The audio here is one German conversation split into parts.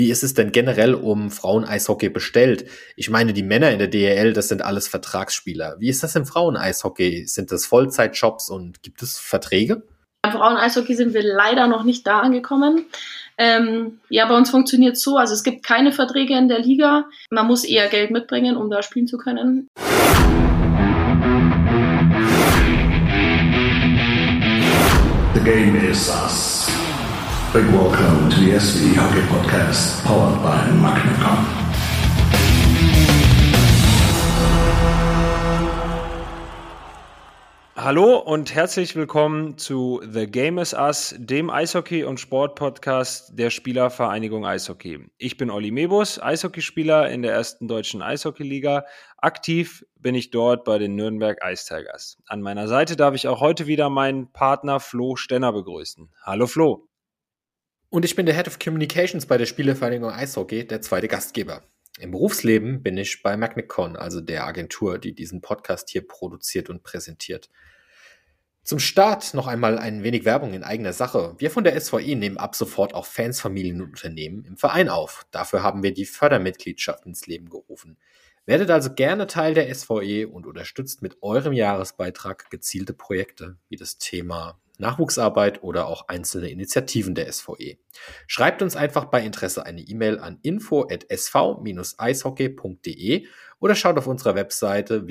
Wie ist es denn generell um Frauen-Eishockey bestellt? Ich meine, die Männer in der DEL, das sind alles Vertragsspieler. Wie ist das im Frauen-Eishockey? Sind das Vollzeitjobs und gibt es Verträge? Beim Frauen-Eishockey sind wir leider noch nicht da angekommen. Bei uns funktioniert es so, also es gibt keine Verträge in der Liga. Man muss eher Geld mitbringen, um da spielen zu können. The game is us. Big welcome to the SV Hockey Podcast, powered by Magnecom. Hallo und herzlich willkommen zu The Game is Us, dem Eishockey- und Sport-Podcast der Spielervereinigung Eishockey. Ich bin Olli Mebus, Eishockeyspieler in der ersten deutschen Eishockeyliga. Aktiv bin ich dort bei den Nürnberg Ice Tigers. An meiner Seite darf ich auch heute wieder meinen Partner Flo Stenner begrüßen. Hallo Flo. Und ich bin der Head of Communications bei der Spielervereinigung Eishockey, der zweite Gastgeber. Im Berufsleben bin ich bei Magnecom, also der Agentur, die diesen Podcast hier produziert und präsentiert. Zum Start noch einmal ein wenig Werbung in eigener Sache. Wir von der SVI nehmen ab sofort auch Fans, Familien und Unternehmen im Verein auf. Dafür haben wir die Fördermitgliedschaft ins Leben gerufen. Werdet also gerne Teil der SVE und unterstützt mit eurem Jahresbeitrag gezielte Projekte wie das Thema Nachwuchsarbeit oder auch einzelne Initiativen der SVE. Schreibt uns einfach bei Interesse eine E-Mail an info@sv-eishockey.de oder schaut auf unserer Webseite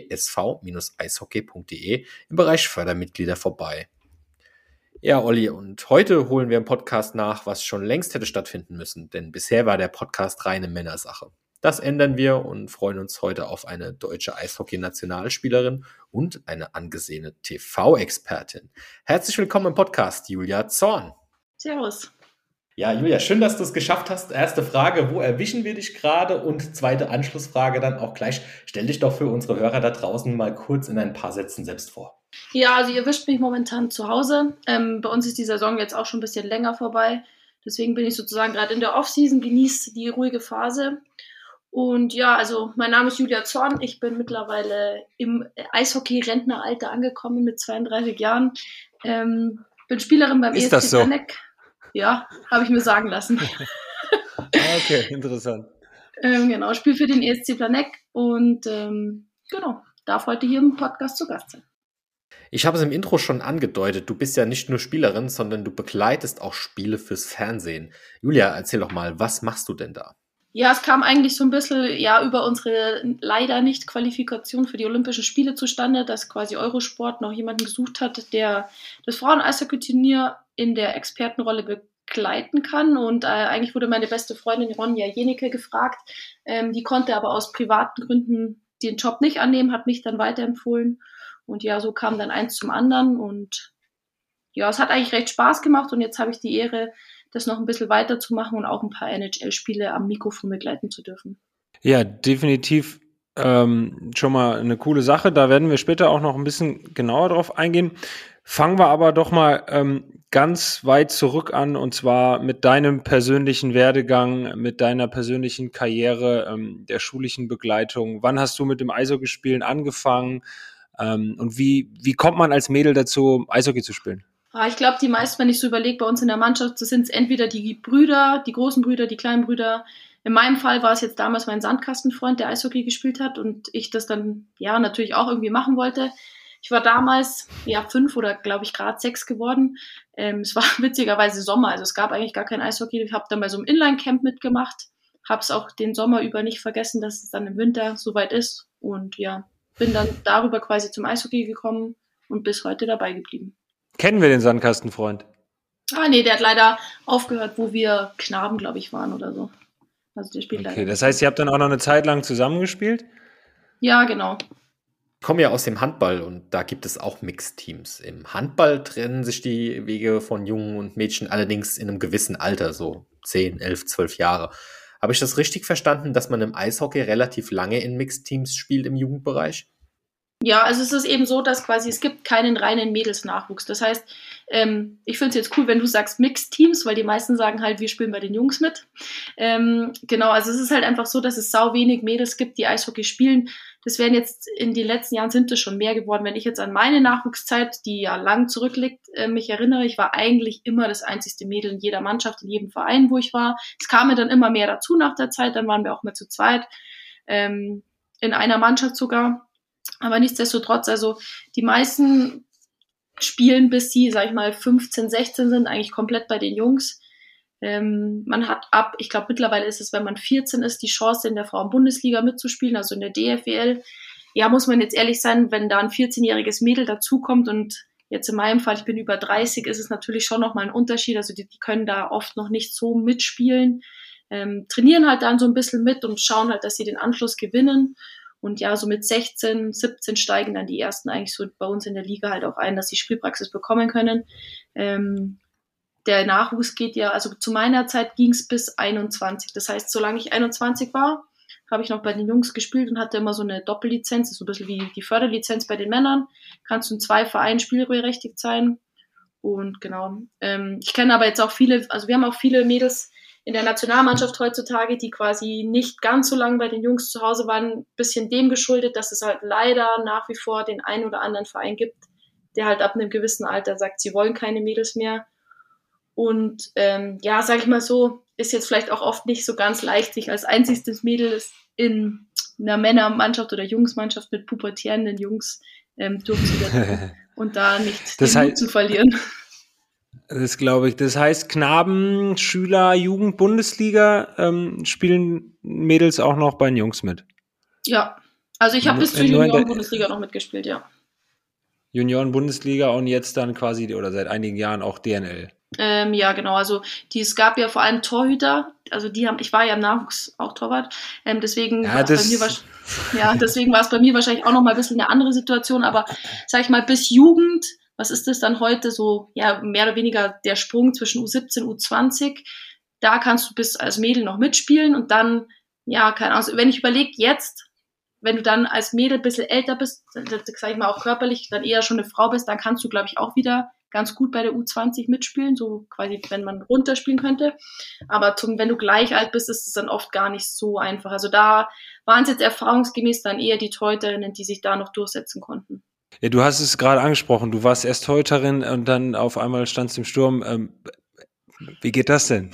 www.sv-eishockey.de im Bereich Fördermitglieder vorbei. Ja, Olli, und heute holen wir im Podcast nach, was schon längst hätte stattfinden müssen, denn bisher war der Podcast reine Männersache. Das ändern wir und freuen uns heute auf eine deutsche Eishockey-Nationalspielerin und eine angesehene TV-Expertin. Herzlich willkommen im Podcast, Julia Zorn. Servus. Ja, Julia, schön, dass du es geschafft hast. Erste Frage, wo erwischen wir dich gerade? Und zweite Anschlussfrage dann auch gleich. Stell dich doch für unsere Hörer da draußen mal kurz in ein paar Sätzen selbst vor. Ja, also ihr erwischt mich momentan zu Hause. Bei uns ist die Saison jetzt auch schon ein bisschen länger vorbei. Deswegen bin ich sozusagen gerade in der Off-Season, genieße die ruhige Phase. Und ja, also mein Name ist Julia Zorn. Ich bin mittlerweile im Eishockey-Rentneralter angekommen mit 32 Jahren. Bin Spielerin beim ESC Planegg. Ja, habe ich mir sagen lassen. Okay, interessant. Genau, spiele für den ESC Planegg und darf heute hier im Podcast zu Gast sein. Ich habe es im Intro schon angedeutet, du bist ja nicht nur Spielerin, sondern du begleitest auch Spiele fürs Fernsehen. Julia, erzähl doch mal, was machst du denn da? Ja, es kam eigentlich so ein bisschen über unsere leider nicht Qualifikation für die Olympischen Spiele zustande, dass quasi Eurosport noch jemanden gesucht hat, der das Frauen-Eishockey-Turnier in der Expertenrolle begleiten kann. Und eigentlich wurde meine beste Freundin Ronja Jenecke gefragt. Die konnte aber aus privaten Gründen den Job nicht annehmen, hat mich dann weiterempfohlen. Und ja, so kam dann eins zum anderen. Und ja, es hat eigentlich recht Spaß gemacht. Und jetzt habe ich die Ehre, das noch ein bisschen weiterzumachen und auch ein paar NHL-Spiele am Mikrofon begleiten zu dürfen. Ja, definitiv schon mal eine coole Sache. Da werden wir später auch noch ein bisschen genauer drauf eingehen. Fangen wir aber doch mal ganz weit zurück an, und zwar mit deinem persönlichen Werdegang, mit deiner persönlichen Karriere, der schulischen Begleitung. Wann hast du mit dem Eishockeyspielen angefangen? Und wie kommt man als Mädel dazu, Eishockey zu spielen? Ich glaube, die meisten, wenn ich so überlege, bei uns in der Mannschaft, das sind entweder die Brüder, die großen Brüder, die kleinen Brüder. In meinem Fall war es jetzt damals mein Sandkastenfreund, der Eishockey gespielt hat und ich das dann natürlich auch irgendwie machen wollte. Ich war damals 5 oder glaube ich gerade 6 geworden. Es war witzigerweise Sommer, also es gab eigentlich gar kein Eishockey. Ich habe dann bei so einem Inline-Camp mitgemacht, habe es auch den Sommer über nicht vergessen, dass es dann im Winter soweit ist und bin dann darüber quasi zum Eishockey gekommen und bis heute dabei geblieben. Kennen wir den Sandkastenfreund? Nee, der hat leider aufgehört, wo wir Knaben, glaube ich, waren oder so. Also der spielt leider. Okay, das heißt, ihr habt dann auch noch eine Zeit lang zusammengespielt? Ja, genau. Ich komme ja aus dem Handball und da gibt es auch Mixteams. Im Handball trennen sich die Wege von Jungen und Mädchen allerdings in einem gewissen Alter, so 10, 11, 12 Jahre. Habe ich das richtig verstanden, dass man im Eishockey relativ lange in Mixteams spielt im Jugendbereich? Ja, also es ist eben so, dass quasi es gibt keinen reinen Mädelsnachwuchs. Das heißt, ich finde es jetzt cool, wenn du sagst Mixed Teams, weil die meisten sagen halt, wir spielen bei den Jungs mit. Genau, also es ist halt einfach so, dass es sau wenig Mädels gibt, die Eishockey spielen. Das werden jetzt in den letzten Jahren sind es schon mehr geworden. Wenn ich jetzt an meine Nachwuchszeit, die ja lang zurückliegt, mich erinnere, ich war eigentlich immer das einzigste Mädel in jeder Mannschaft, in jedem Verein, wo ich war. Es kam mir dann immer mehr dazu nach der Zeit, dann waren wir auch mal zu zweit, in einer Mannschaft sogar. Aber nichtsdestotrotz, also die meisten spielen, bis sie, sag ich mal, 15, 16 sind, eigentlich komplett bei den Jungs. Man hat ich glaube mittlerweile ist es, wenn man 14 ist, die Chance in der Frauen-Bundesliga mitzuspielen, also in der DFL. Ja, muss man jetzt ehrlich sein, wenn da ein 14-jähriges Mädel dazukommt und jetzt in meinem Fall, ich bin über 30, ist es natürlich schon nochmal ein Unterschied. Also die können da oft noch nicht so mitspielen, trainieren halt dann so ein bisschen mit und schauen halt, dass sie den Anschluss gewinnen. Und ja, so mit 16, 17 steigen dann die ersten eigentlich so bei uns in der Liga halt auch ein, dass sie Spielpraxis bekommen können. Der Nachwuchs geht ja, also zu meiner Zeit ging es bis 21. Das heißt, solange ich 21 war, habe ich noch bei den Jungs gespielt und hatte immer so eine Doppellizenz, das ist so ein bisschen wie die Förderlizenz bei den Männern. Kannst du in 2 Vereinen spielberechtigt sein. Und genau, ich kenne aber jetzt auch viele, also wir haben auch viele Mädels in der Nationalmannschaft heutzutage, die quasi nicht ganz so lange bei den Jungs zu Hause waren, ein bisschen dem geschuldet, dass es halt leider nach wie vor den einen oder anderen Verein gibt, der halt ab einem gewissen Alter sagt, sie wollen keine Mädels mehr. Und ja, sag ich mal so, ist jetzt vielleicht auch oft nicht so ganz leicht, sich als einziges Mädel in einer Männermannschaft oder Jungsmannschaft mit pubertierenden Jungs durchzusetzen und da nicht den Mut zu verlieren. Das glaube ich. Das heißt, Knaben, Schüler, Jugend, Bundesliga spielen Mädels auch noch bei den Jungs mit? Ja, also ich habe bis zur Junioren-Bundesliga noch mitgespielt, ja. Junioren-Bundesliga und jetzt dann quasi, oder seit einigen Jahren auch DNL? Ja, genau. Also es gab ja vor allem Torhüter. Also ich war ja im Nachwuchs auch Torwart. Deswegen war es bei mir wahrscheinlich auch noch mal ein bisschen eine andere Situation. Aber sag ich mal, bis Jugend, was ist das dann heute so, ja, mehr oder weniger der Sprung zwischen U17, U20. Da kannst du bis als Mädel noch mitspielen und dann, ja, keine Ahnung, wenn ich überlege jetzt, wenn du dann als Mädel ein bisschen älter bist, sag ich mal auch körperlich, dann eher schon eine Frau bist, dann kannst du, glaube ich, auch wieder ganz gut bei der U20 mitspielen, so quasi, wenn man runterspielen könnte. Aber wenn du gleich alt bist, ist es dann oft gar nicht so einfach. Also da waren es jetzt erfahrungsgemäß dann eher die Torhüterinnen, die sich da noch durchsetzen konnten. Ja, du hast es gerade angesprochen, du warst erst Torhüterin und dann auf einmal standst du im Sturm. Wie geht das denn?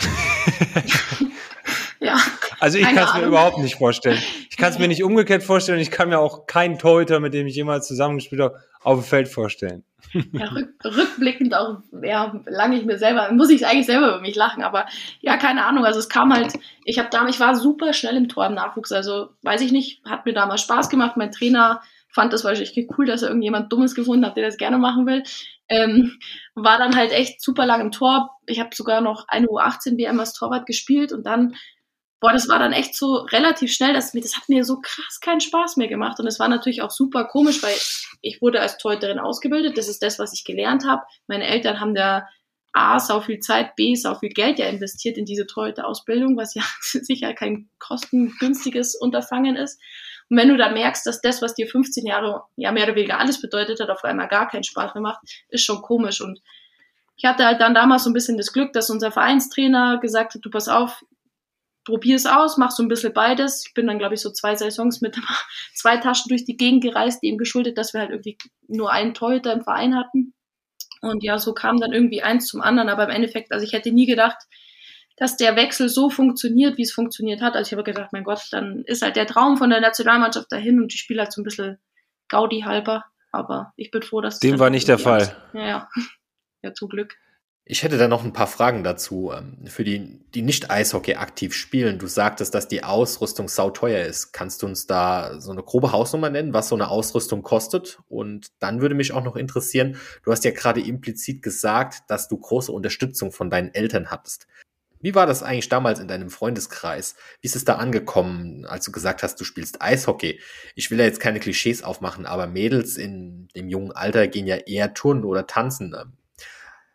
Ja. Also ich kann es mir überhaupt nicht vorstellen. Ich kann es mir nicht umgekehrt vorstellen. Ich kann mir auch keinen Torhüter, mit dem ich jemals zusammengespielt habe, auf dem Feld vorstellen. Ja, rückblickend auch, ja, lange ich mir selber, muss ich eigentlich selber über mich lachen, aber ja, keine Ahnung, also es kam halt, ich war super schnell im Tor im Nachwuchs, also weiß ich nicht, hat mir damals Spaß gemacht, mein Trainer fand das wahrscheinlich cool, dass er irgendjemand Dummes gefunden hat, der das gerne machen will, war dann halt echt super lang im Tor, ich habe sogar noch eine U18 WM als Torwart gespielt und dann das war dann echt so relativ schnell, das hat mir so krass keinen Spaß mehr gemacht. Und es war natürlich auch super komisch, weil ich wurde als Torhüterin ausgebildet. Das ist das, was ich gelernt habe. Meine Eltern haben da A, sau viel Zeit, B, sau viel Geld ja investiert in diese Torhüterausbildung, was ja sicher kein kostengünstiges Unterfangen ist. Und wenn du dann merkst, dass das, was dir 15 Jahre ja mehr oder weniger alles bedeutet hat, auf einmal gar keinen Spaß mehr macht, ist schon komisch. Und ich hatte halt dann damals so ein bisschen das Glück, dass unser Vereinstrainer gesagt hat, du pass auf, probier es aus, mach so ein bisschen beides. Ich bin dann, glaube ich, so 2 Saisons mit 2 Taschen durch die Gegend gereist, dem geschuldet, dass wir halt irgendwie nur einen Torhüter im Verein hatten. Und ja, so kam dann irgendwie eins zum anderen. Aber im Endeffekt, also ich hätte nie gedacht, dass der Wechsel so funktioniert, wie es funktioniert hat. Also ich habe gedacht, mein Gott, dann ist halt der Traum von der Nationalmannschaft dahin und ich spiele halt so ein bisschen Gaudi halber. Aber ich bin froh, dass dem war nicht der Fall. Ja, zum Glück. Ich hätte da noch ein paar Fragen dazu. Für die nicht Eishockey aktiv spielen, du sagtest, dass die Ausrüstung sauteuer ist. Kannst du uns da so eine grobe Hausnummer nennen, was so eine Ausrüstung kostet? Und dann würde mich auch noch interessieren, du hast ja gerade implizit gesagt, dass du große Unterstützung von deinen Eltern hattest. Wie war das eigentlich damals in deinem Freundeskreis? Wie ist es da angekommen, als du gesagt hast, du spielst Eishockey? Ich will ja jetzt keine Klischees aufmachen, aber Mädels in dem jungen Alter gehen ja eher turnen oder tanzen.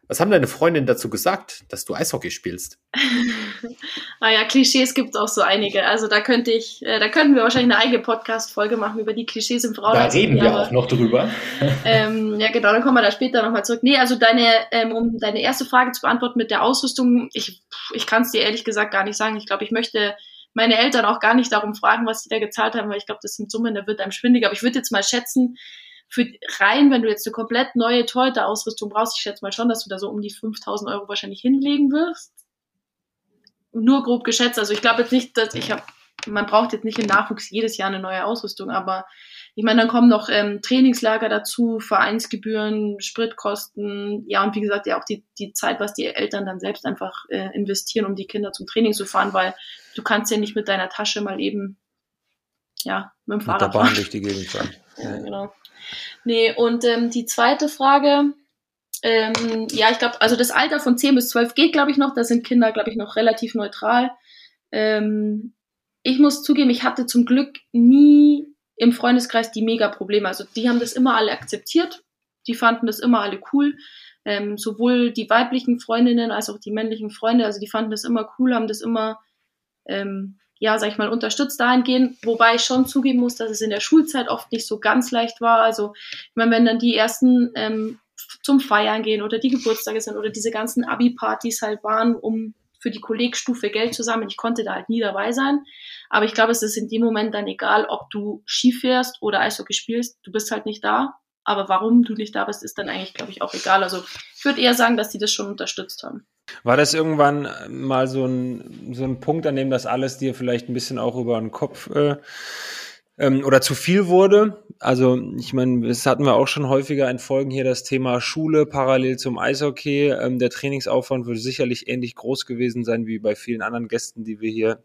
Was haben deine Freundinnen dazu gesagt, dass du Eishockey spielst? Naja, Klischees gibt es auch so einige. Also da könnten wir wahrscheinlich eine eigene Podcast-Folge machen über die Klischees im Frauen. Da reden wir auch noch drüber. Ja, genau, dann kommen wir da später nochmal zurück. Nee, also um deine erste Frage zu beantworten mit der Ausrüstung, ich kann es dir ehrlich gesagt gar nicht sagen. Ich glaube, ich möchte meine Eltern auch gar nicht darum fragen, was sie da gezahlt haben, weil ich glaube, das sind Summen, da wird einem schwindig. Aber ich würde jetzt mal schätzen, wenn du jetzt eine komplett neue Torhüter-Ausrüstung brauchst, ich schätze mal schon, dass du da so um die 5.000 Euro wahrscheinlich hinlegen wirst. Nur grob geschätzt. Also ich glaube jetzt nicht, man braucht jetzt nicht im Nachwuchs jedes Jahr eine neue Ausrüstung, aber ich meine, dann kommen noch Trainingslager dazu, Vereinsgebühren, Spritkosten, ja, und wie gesagt, ja auch die Zeit, was die Eltern dann selbst einfach investieren, um die Kinder zum Training zu fahren, weil du kannst ja nicht mit deiner Tasche mal eben, ja, mit dem Fahrrad mit der Bahn durch die Gegend fahren. Ja, genau. Nee, und die zweite Frage, ja, ich glaube, also das Alter von 10 bis 12 geht, glaube ich, noch. Da sind Kinder, glaube ich, noch relativ neutral. Ich muss zugeben, ich hatte zum Glück nie im Freundeskreis die Mega-Probleme. Also die haben das immer alle akzeptiert. Die fanden das immer alle cool. Sowohl die weiblichen Freundinnen als auch die männlichen Freunde. Also die fanden das immer cool, haben das immer, ja, sag ich mal, unterstützt dahingehend. Wobei ich schon zugeben muss, dass es in der Schulzeit oft nicht so ganz leicht war. Also ich meine, wenn dann die ersten zum Feiern gehen oder die Geburtstage sind oder diese ganzen Abi-Partys halt waren, um für die Kollegstufe Geld zu sammeln. Ich konnte da halt nie dabei sein. Aber ich glaube, es ist in dem Moment dann egal, ob du Ski fährst oder Eishockey spielst. Du bist halt nicht da. Aber warum du nicht da bist, ist dann eigentlich, glaube ich, auch egal. Also ich würde eher sagen, dass die das schon unterstützt haben. War das irgendwann mal so ein Punkt, an dem das alles dir vielleicht ein bisschen auch über den Kopf oder zu viel wurde? Also ich meine, das hatten wir auch schon häufiger in Folgen hier, das Thema Schule parallel zum Eishockey. Der Trainingsaufwand würde sicherlich ähnlich groß gewesen sein wie bei vielen anderen Gästen, die wir hier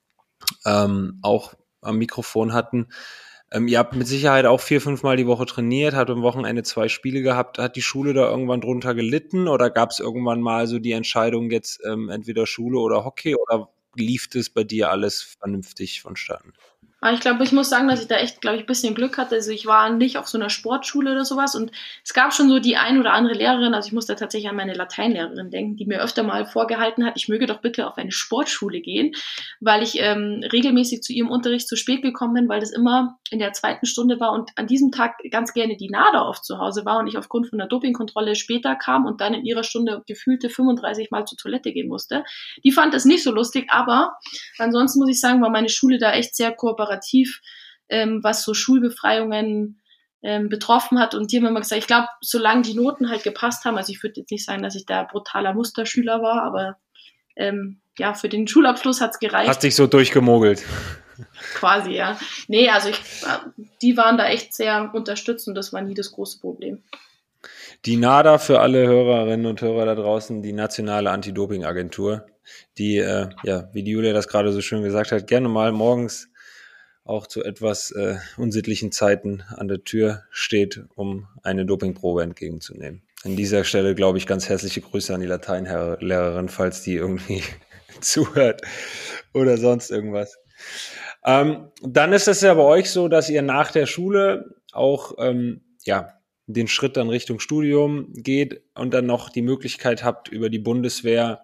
auch am Mikrofon hatten. Ihr habt mit Sicherheit auch 4-5 Mal die Woche trainiert, habt am Wochenende 2 Spiele gehabt. Hat die Schule da irgendwann drunter gelitten oder gab es irgendwann mal so die Entscheidung jetzt entweder Schule oder Hockey oder lief das bei dir alles vernünftig vonstatten? Aber ich glaube, ich muss sagen, dass ich da echt, glaube ich, ein bisschen Glück hatte. Also ich war nicht auf so einer Sportschule oder sowas und es gab schon so die ein oder andere Lehrerin, also ich muss da tatsächlich an meine Lateinlehrerin denken, die mir öfter mal vorgehalten hat, ich möge doch bitte auf eine Sportschule gehen, weil ich regelmäßig zu ihrem Unterricht zu spät gekommen bin, weil das immer in der 2. Stunde war und an diesem Tag ganz gerne die NADA oft zu Hause war und ich aufgrund von der Dopingkontrolle später kam und dann in ihrer Stunde gefühlte 35 Mal zur Toilette gehen musste. Die fand das nicht so lustig, aber ansonsten muss ich sagen, war meine Schule da echt sehr kooperativ, was so Schulbefreiungen betroffen hat. Und die haben immer gesagt, ich glaube, solange die Noten halt gepasst haben, also ich würde jetzt nicht sagen, dass ich da brutaler Musterschüler war, aber ja, für den Schulabschluss hat's gereicht. Hast dich so durchgemogelt. Quasi, ja. Nee, also die waren da echt sehr unterstützend und das war nie das große Problem. Die NADA für alle Hörerinnen und Hörer da draußen, die nationale Anti-Doping-Agentur, die, ja, wie die Julia das gerade so schön gesagt hat, gerne mal morgens auch zu etwas unsittlichen Zeiten an der Tür steht, um eine Dopingprobe entgegenzunehmen. An dieser Stelle, glaube ich, ganz herzliche Grüße an die Lateinlehrerin, falls die irgendwie zuhört oder sonst irgendwas. Dann ist es ja bei euch so, dass ihr nach der Schule auch den Schritt dann Richtung Studium geht und dann noch die Möglichkeit habt, über die Bundeswehr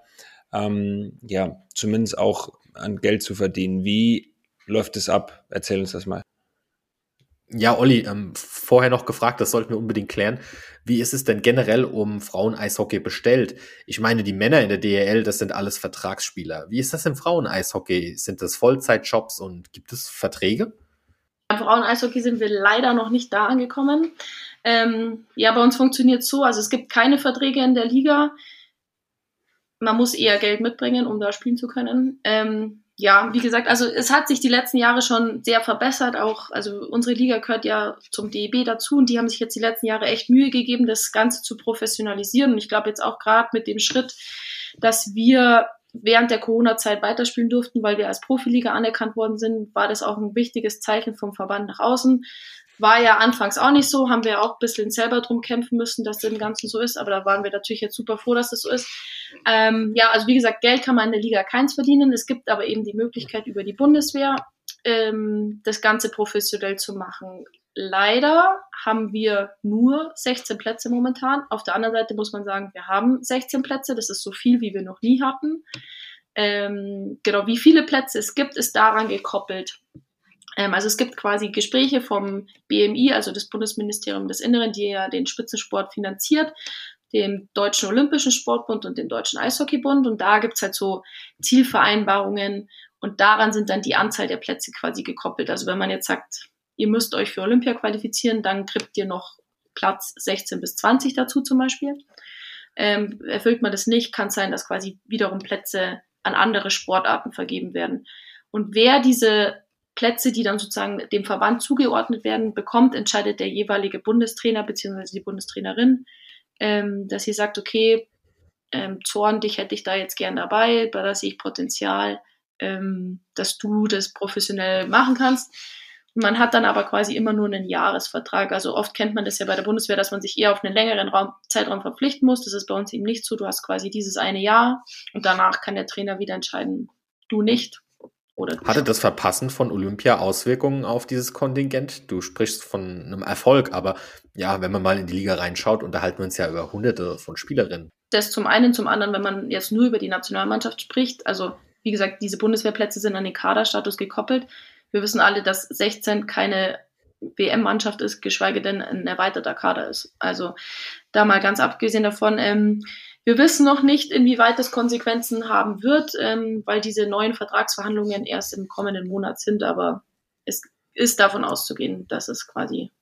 zumindest auch an Geld zu verdienen. Wie läuft es ab? Erzähl uns das mal. Ja, Olli, vorher noch gefragt, das sollten wir unbedingt klären. Wie ist es denn generell um Frauen-Eishockey bestellt? Ich meine, die Männer in der DEL, das sind alles Vertragsspieler. Wie ist das im Frauen-Eishockey? Sind das Vollzeitjobs und gibt es Verträge? Beim Frauen-Eishockey sind wir leider noch nicht da angekommen. Ja, bei uns funktioniert es so, also es gibt keine Verträge in der Liga. Man muss eher Geld mitbringen, um da spielen zu können. Ja, wie gesagt, also es hat sich die letzten Jahre schon sehr verbessert. Auch, also unsere Liga gehört ja zum DEB dazu und die haben sich jetzt die letzten Jahre echt Mühe gegeben, das Ganze zu professionalisieren. Und ich glaube jetzt auch gerade mit dem Schritt, dass wir während der Corona-Zeit weiterspielen durften, weil wir als Profiliga anerkannt worden sind, war das auch ein wichtiges Zeichen vom Verband nach außen. War ja anfangs auch nicht so, haben wir auch ein bisschen selber drum kämpfen müssen, dass das im Ganzen so ist, aber da waren wir natürlich jetzt super froh, dass das so ist. Ja, also wie gesagt, Geld kann man in der Liga keins verdienen, es gibt aber eben die Möglichkeit über die Bundeswehr, das Ganze professionell zu machen. leider haben wir nur 16 Plätze momentan. Auf der anderen Seite muss man sagen, wir haben 16 Plätze. Das ist so viel, wie wir noch nie hatten. Genau, wie viele Plätze es gibt, ist daran gekoppelt. Also es gibt quasi Gespräche vom BMI, also das Bundesministerium des Inneren, die ja den Spitzensport finanziert, dem Deutschen Olympischen Sportbund und dem Deutschen Eishockeybund. Und da gibt's halt so Zielvereinbarungen und daran sind dann die Anzahl der Plätze quasi gekoppelt. Also wenn man jetzt sagt, ihr müsst euch für Olympia qualifizieren, dann kriegt ihr noch Platz 16 bis 20 dazu zum Beispiel. Erfüllt man das nicht, kann es sein, dass quasi wiederum Plätze an andere Sportarten vergeben werden. Und wer diese Plätze, die dann sozusagen dem Verband zugeordnet werden, bekommt, entscheidet der jeweilige Bundestrainer bzw. die Bundestrainerin, dass sie sagt, okay, Zorn, dich hätte ich da jetzt gern dabei, da sehe ich Potenzial, dass du das professionell machen kannst. Und man hat dann aber quasi immer nur einen Jahresvertrag. Also oft kennt man das ja bei der Bundeswehr, dass man sich eher auf einen längeren Zeitraum verpflichten muss. Das ist bei uns eben nicht so. Du hast quasi dieses eine Jahr und danach kann der Trainer wieder entscheiden, du nicht. Oder du Hatte schon. das Verpassen von Olympia Auswirkungen auf dieses Kontingent? Du sprichst von einem Erfolg, aber ja, wenn man mal in die Liga reinschaut, unterhalten wir uns ja über Hunderte von Spielerinnen. Das zum einen, zum anderen, wenn man jetzt nur über die Nationalmannschaft spricht, also wie gesagt, diese Bundeswehrplätze sind an den Kaderstatus gekoppelt. Wir wissen alle, dass 16 keine WM-Mannschaft ist, geschweige denn ein erweiterter Kader ist. Also da mal ganz abgesehen davon, wir wissen noch nicht, inwieweit das Konsequenzen haben wird, weil diese neuen Vertragsverhandlungen erst im kommenden Monat sind, aber es ist davon auszugehen, dass es quasi...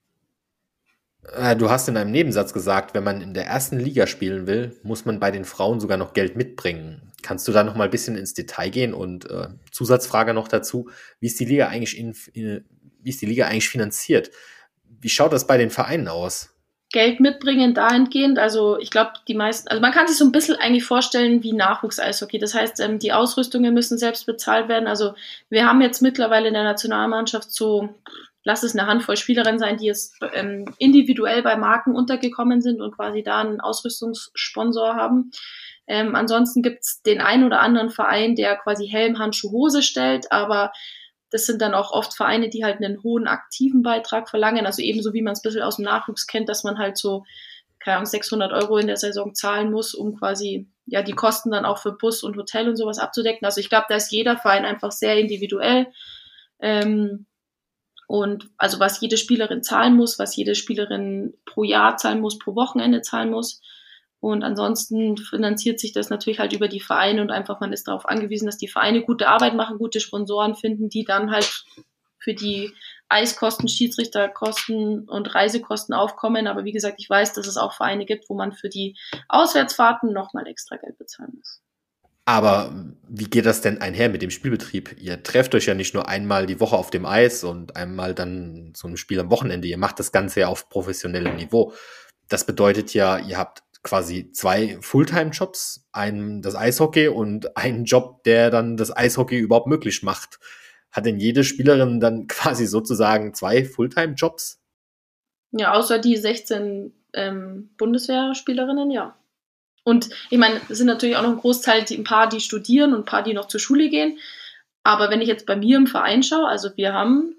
Du hast in einem Nebensatz gesagt, wenn man in der ersten Liga spielen will, muss man bei den Frauen sogar noch Geld mitbringen. Kannst du da noch mal ein bisschen ins Detail gehen und Zusatzfrage noch dazu, wie ist die Liga eigentlich finanziert? Wie schaut das bei den Vereinen aus? Geld mitbringen dahingehend, also ich glaube, die meisten, also man kann sich so ein bisschen eigentlich vorstellen wie Nachwuchs-Eishockey. Das heißt, die Ausrüstungen müssen selbst bezahlt werden. Also wir haben jetzt mittlerweile in der Nationalmannschaft so, lass es eine Handvoll Spielerinnen sein, die jetzt individuell bei Marken untergekommen sind und quasi da einen Ausrüstungssponsor haben. Ansonsten gibt's den einen oder anderen Verein, der quasi Helm, Handschuh, Hose stellt, aber das sind dann auch oft Vereine, die halt einen hohen aktiven Beitrag verlangen, also ebenso wie man es ein bisschen aus dem Nachwuchs kennt, dass man halt so, keine Ahnung, 600 € in der Saison zahlen muss, um quasi ja die Kosten dann auch für Bus und Hotel und sowas abzudecken. Also ich glaube, da ist jeder Verein einfach sehr individuell. Und also was jede Spielerin zahlen muss, was jede Spielerin pro Jahr zahlen muss, pro Wochenende zahlen muss. Und ansonsten finanziert sich das natürlich halt über die Vereine und einfach man ist darauf angewiesen, dass die Vereine gute Arbeit machen, gute Sponsoren finden, die dann halt für die Eiskosten, Schiedsrichterkosten und Reisekosten aufkommen. Aber wie gesagt, ich weiß, dass es auch Vereine gibt, wo man für die Auswärtsfahrten nochmal extra Geld bezahlen muss. Aber wie geht das denn einher mit dem Spielbetrieb? Ihr trefft euch ja nicht nur einmal die Woche auf dem Eis und einmal dann so ein Spiel am Wochenende. Ihr macht das Ganze ja auf professionellem Niveau. Das bedeutet ja, ihr habt quasi 2 Fulltime-Jobs, einen das Eishockey und einen Job, der dann das Eishockey überhaupt möglich macht. Hat denn jede Spielerin dann quasi sozusagen 2 Fulltime-Jobs? Ja, außer die 16 Bundeswehrspielerinnen, ja. Und ich meine, es sind natürlich auch noch ein Großteil, ein paar, die studieren und ein paar, die noch zur Schule gehen. Aber wenn ich jetzt bei mir im Verein schaue, also wir haben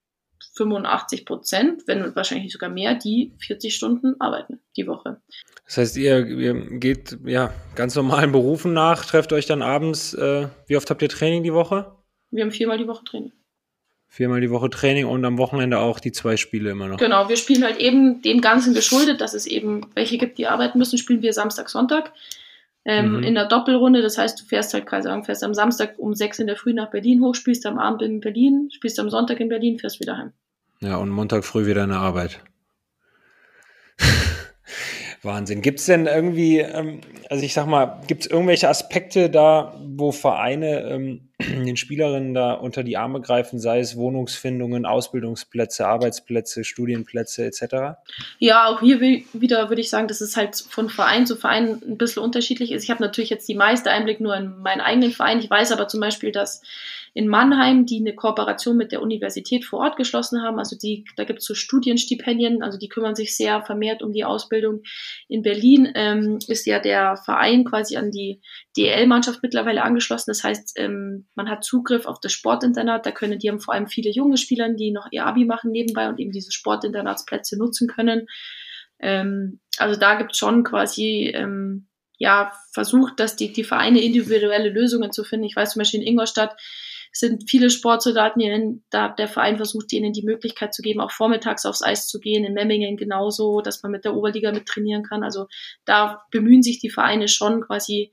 85%, wenn wahrscheinlich sogar mehr, die 40 Stunden arbeiten die Woche. Das heißt, ihr geht ja ganz normalen Berufen nach, trefft euch dann abends. Wie oft habt ihr Training die Woche? Wir haben 4-mal die Woche Training. 4-mal die Woche Training und am Wochenende auch die 2 Spiele immer noch. Genau, wir spielen halt eben dem Ganzen geschuldet, dass es eben welche gibt, die arbeiten müssen, spielen wir Samstag, Sonntag in der Doppelrunde. Das heißt, du fährst halt quasi fährst am Samstag um 6 in der Früh nach Berlin hoch, spielst am Abend in Berlin, spielst am Sonntag in Berlin, fährst wieder heim. Ja, und Montag früh wieder in der Arbeit. Wahnsinn. Gibt es denn irgendwie, also ich sag mal, gibt es irgendwelche Aspekte da, wo Vereine den Spielerinnen da unter die Arme greifen, sei es Wohnungsfindungen, Ausbildungsplätze, Arbeitsplätze, Studienplätze etc.? Ja, auch hier wieder würde ich sagen, dass es halt von Verein zu Verein ein bisschen unterschiedlich ist. Ich habe natürlich jetzt die meiste Einblick nur in meinen eigenen Verein. Ich weiß aber zum Beispiel, dass in Mannheim, die eine Kooperation mit der Universität vor Ort geschlossen haben. Also da gibt es so Studienstipendien, also die kümmern sich sehr vermehrt um die Ausbildung. In Berlin ist ja der Verein quasi an die DL-Mannschaft mittlerweile angeschlossen. Das heißt, man hat Zugriff auf das Sportinternat. Die haben vor allem viele junge Spieler, die noch ihr Abi machen nebenbei und eben diese Sportinternatsplätze nutzen können. Also da gibt es schon quasi versucht, dass die Vereine individuelle Lösungen zu finden. Ich weiß zum Beispiel in Ingolstadt sind viele Sportsoldaten, da der Verein versucht, ihnen die Möglichkeit zu geben, auch vormittags aufs Eis zu gehen, in Memmingen genauso, dass man mit der Oberliga mit trainieren kann. Also da bemühen sich die Vereine schon quasi,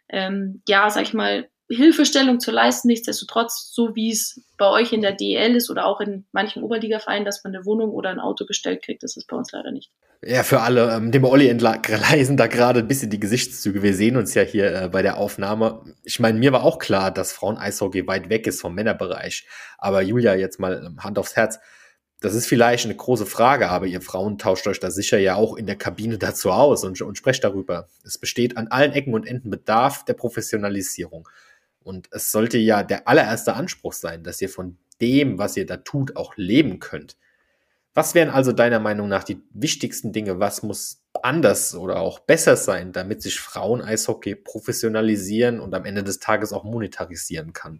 Hilfestellung zu leisten. Nichtsdestotrotz, so wie es bei euch in der DEL ist oder auch in manchen Oberliga-Vereinen, dass man eine Wohnung oder ein Auto gestellt kriegt, das ist bei uns leider nicht. Ja, für alle, dem Olli entgleisen da gerade ein bisschen die Gesichtszüge. Wir sehen uns ja hier bei der Aufnahme. Ich meine, mir war auch klar, dass Frauen-Eishockey weit weg ist vom Männerbereich. Aber Julia, jetzt mal Hand aufs Herz. Das ist vielleicht eine große Frage, aber ihr Frauen tauscht euch da sicher ja auch in der Kabine dazu aus und sprecht darüber. Es besteht an allen Ecken und Enden Bedarf der Professionalisierung. Und es sollte ja der allererste Anspruch sein, dass ihr von dem, was ihr da tut, auch leben könnt. Was wären also deiner Meinung nach die wichtigsten Dinge? Was muss anders oder auch besser sein, damit sich Frauen-Eishockey professionalisieren und am Ende des Tages auch monetarisieren kann?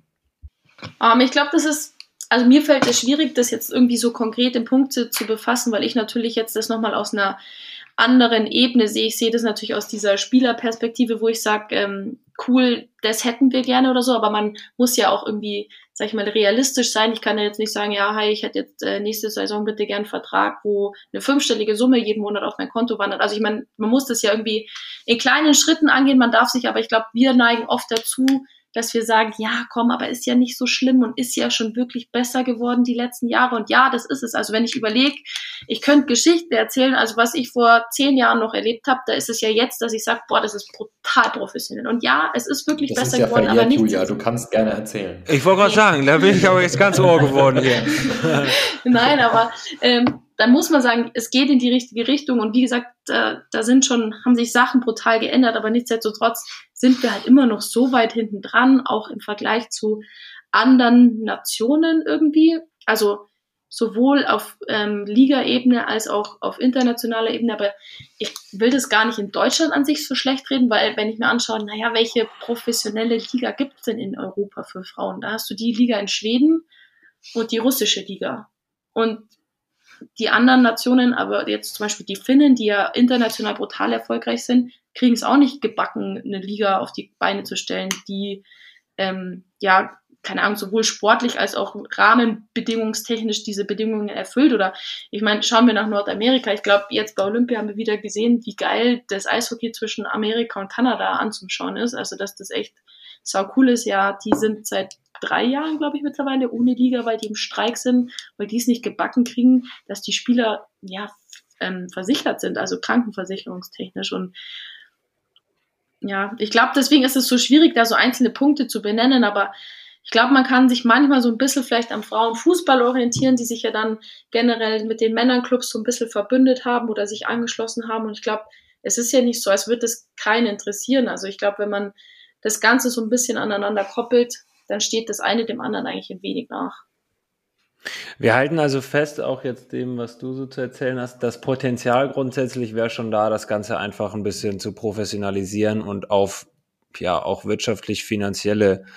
Ich glaube, also mir fällt es schwierig, das jetzt irgendwie so konkret in Punkte zu befassen, weil ich natürlich jetzt das nochmal aus einer anderen Ebene sehe. Ich sehe das natürlich aus dieser Spielerperspektive, wo ich sage, cool, das hätten wir gerne oder so, aber man muss ja auch irgendwie, sag ich mal, realistisch sein. Ich kann ja jetzt nicht sagen, ich hätte jetzt nächste Saison bitte gern einen Vertrag, wo eine 5-stellige Summe jeden Monat auf mein Konto wandert. Also ich meine, man muss das ja irgendwie in kleinen Schritten angehen, man darf sich, aber ich glaube, wir neigen oft dazu, dass wir sagen, ja, komm, aber ist ja nicht so schlimm und ist ja schon wirklich besser geworden die letzten Jahre. Und ja, das ist es. Also wenn ich überlege, ich könnte Geschichten erzählen, also was ich vor 10 Jahren noch erlebt habe, da ist es ja jetzt, dass ich sage, das ist brutal professionell. Und ja, es ist wirklich das besser ist ja geworden, verjährt, aber nicht. Julia, du kannst gerne erzählen. Ich wollte gerade sagen, da bin ich aber jetzt ganz ohr geworden hier. Nein, aber dann muss man sagen, es geht in die richtige Richtung. Und wie gesagt, da haben sich Sachen brutal geändert, aber nichtsdestotrotz sind wir halt immer noch so weit hinten dran, auch im Vergleich zu anderen Nationen irgendwie. Also sowohl auf Liga-Ebene als auch auf internationaler Ebene. Aber ich will das gar nicht in Deutschland an sich so schlecht reden, weil wenn ich mir anschaue, welche professionelle Liga gibt es denn in Europa für Frauen? Da hast du die Liga in Schweden und die russische Liga. Und die anderen Nationen, aber jetzt zum Beispiel die Finnen, die ja international brutal erfolgreich sind, kriegen es auch nicht gebacken, eine Liga auf die Beine zu stellen, die, keine Ahnung, sowohl sportlich als auch rahmenbedingungstechnisch diese Bedingungen erfüllt. Oder ich meine, schauen wir nach Nordamerika. Ich glaube, jetzt bei Olympia haben wir wieder gesehen, wie geil das Eishockey zwischen Amerika und Kanada anzuschauen ist. Also, dass das echt sau cool ist. Ja, die sind seit 3 Jahren, glaube ich, mittlerweile ohne Liga, weil die im Streik sind, weil die es nicht gebacken kriegen, dass die Spieler versichert sind, also krankenversicherungstechnisch. Und ja, ich glaube, deswegen ist es so schwierig, da so einzelne Punkte zu benennen, aber ich glaube, man kann sich manchmal so ein bisschen vielleicht am Frauenfußball orientieren, die sich ja dann generell mit den Männerclubs so ein bisschen verbündet haben oder sich angeschlossen haben. Und ich glaube, es ist ja nicht so, als würde es keinen interessieren. Also ich glaube, wenn man das Ganze so ein bisschen aneinander koppelt, dann steht das eine dem anderen eigentlich ein wenig nach. Wir halten also fest, auch jetzt dem, was du so zu erzählen hast, das Potenzial grundsätzlich wäre schon da, das Ganze einfach ein bisschen zu professionalisieren und auf auch wirtschaftlich-finanzielle,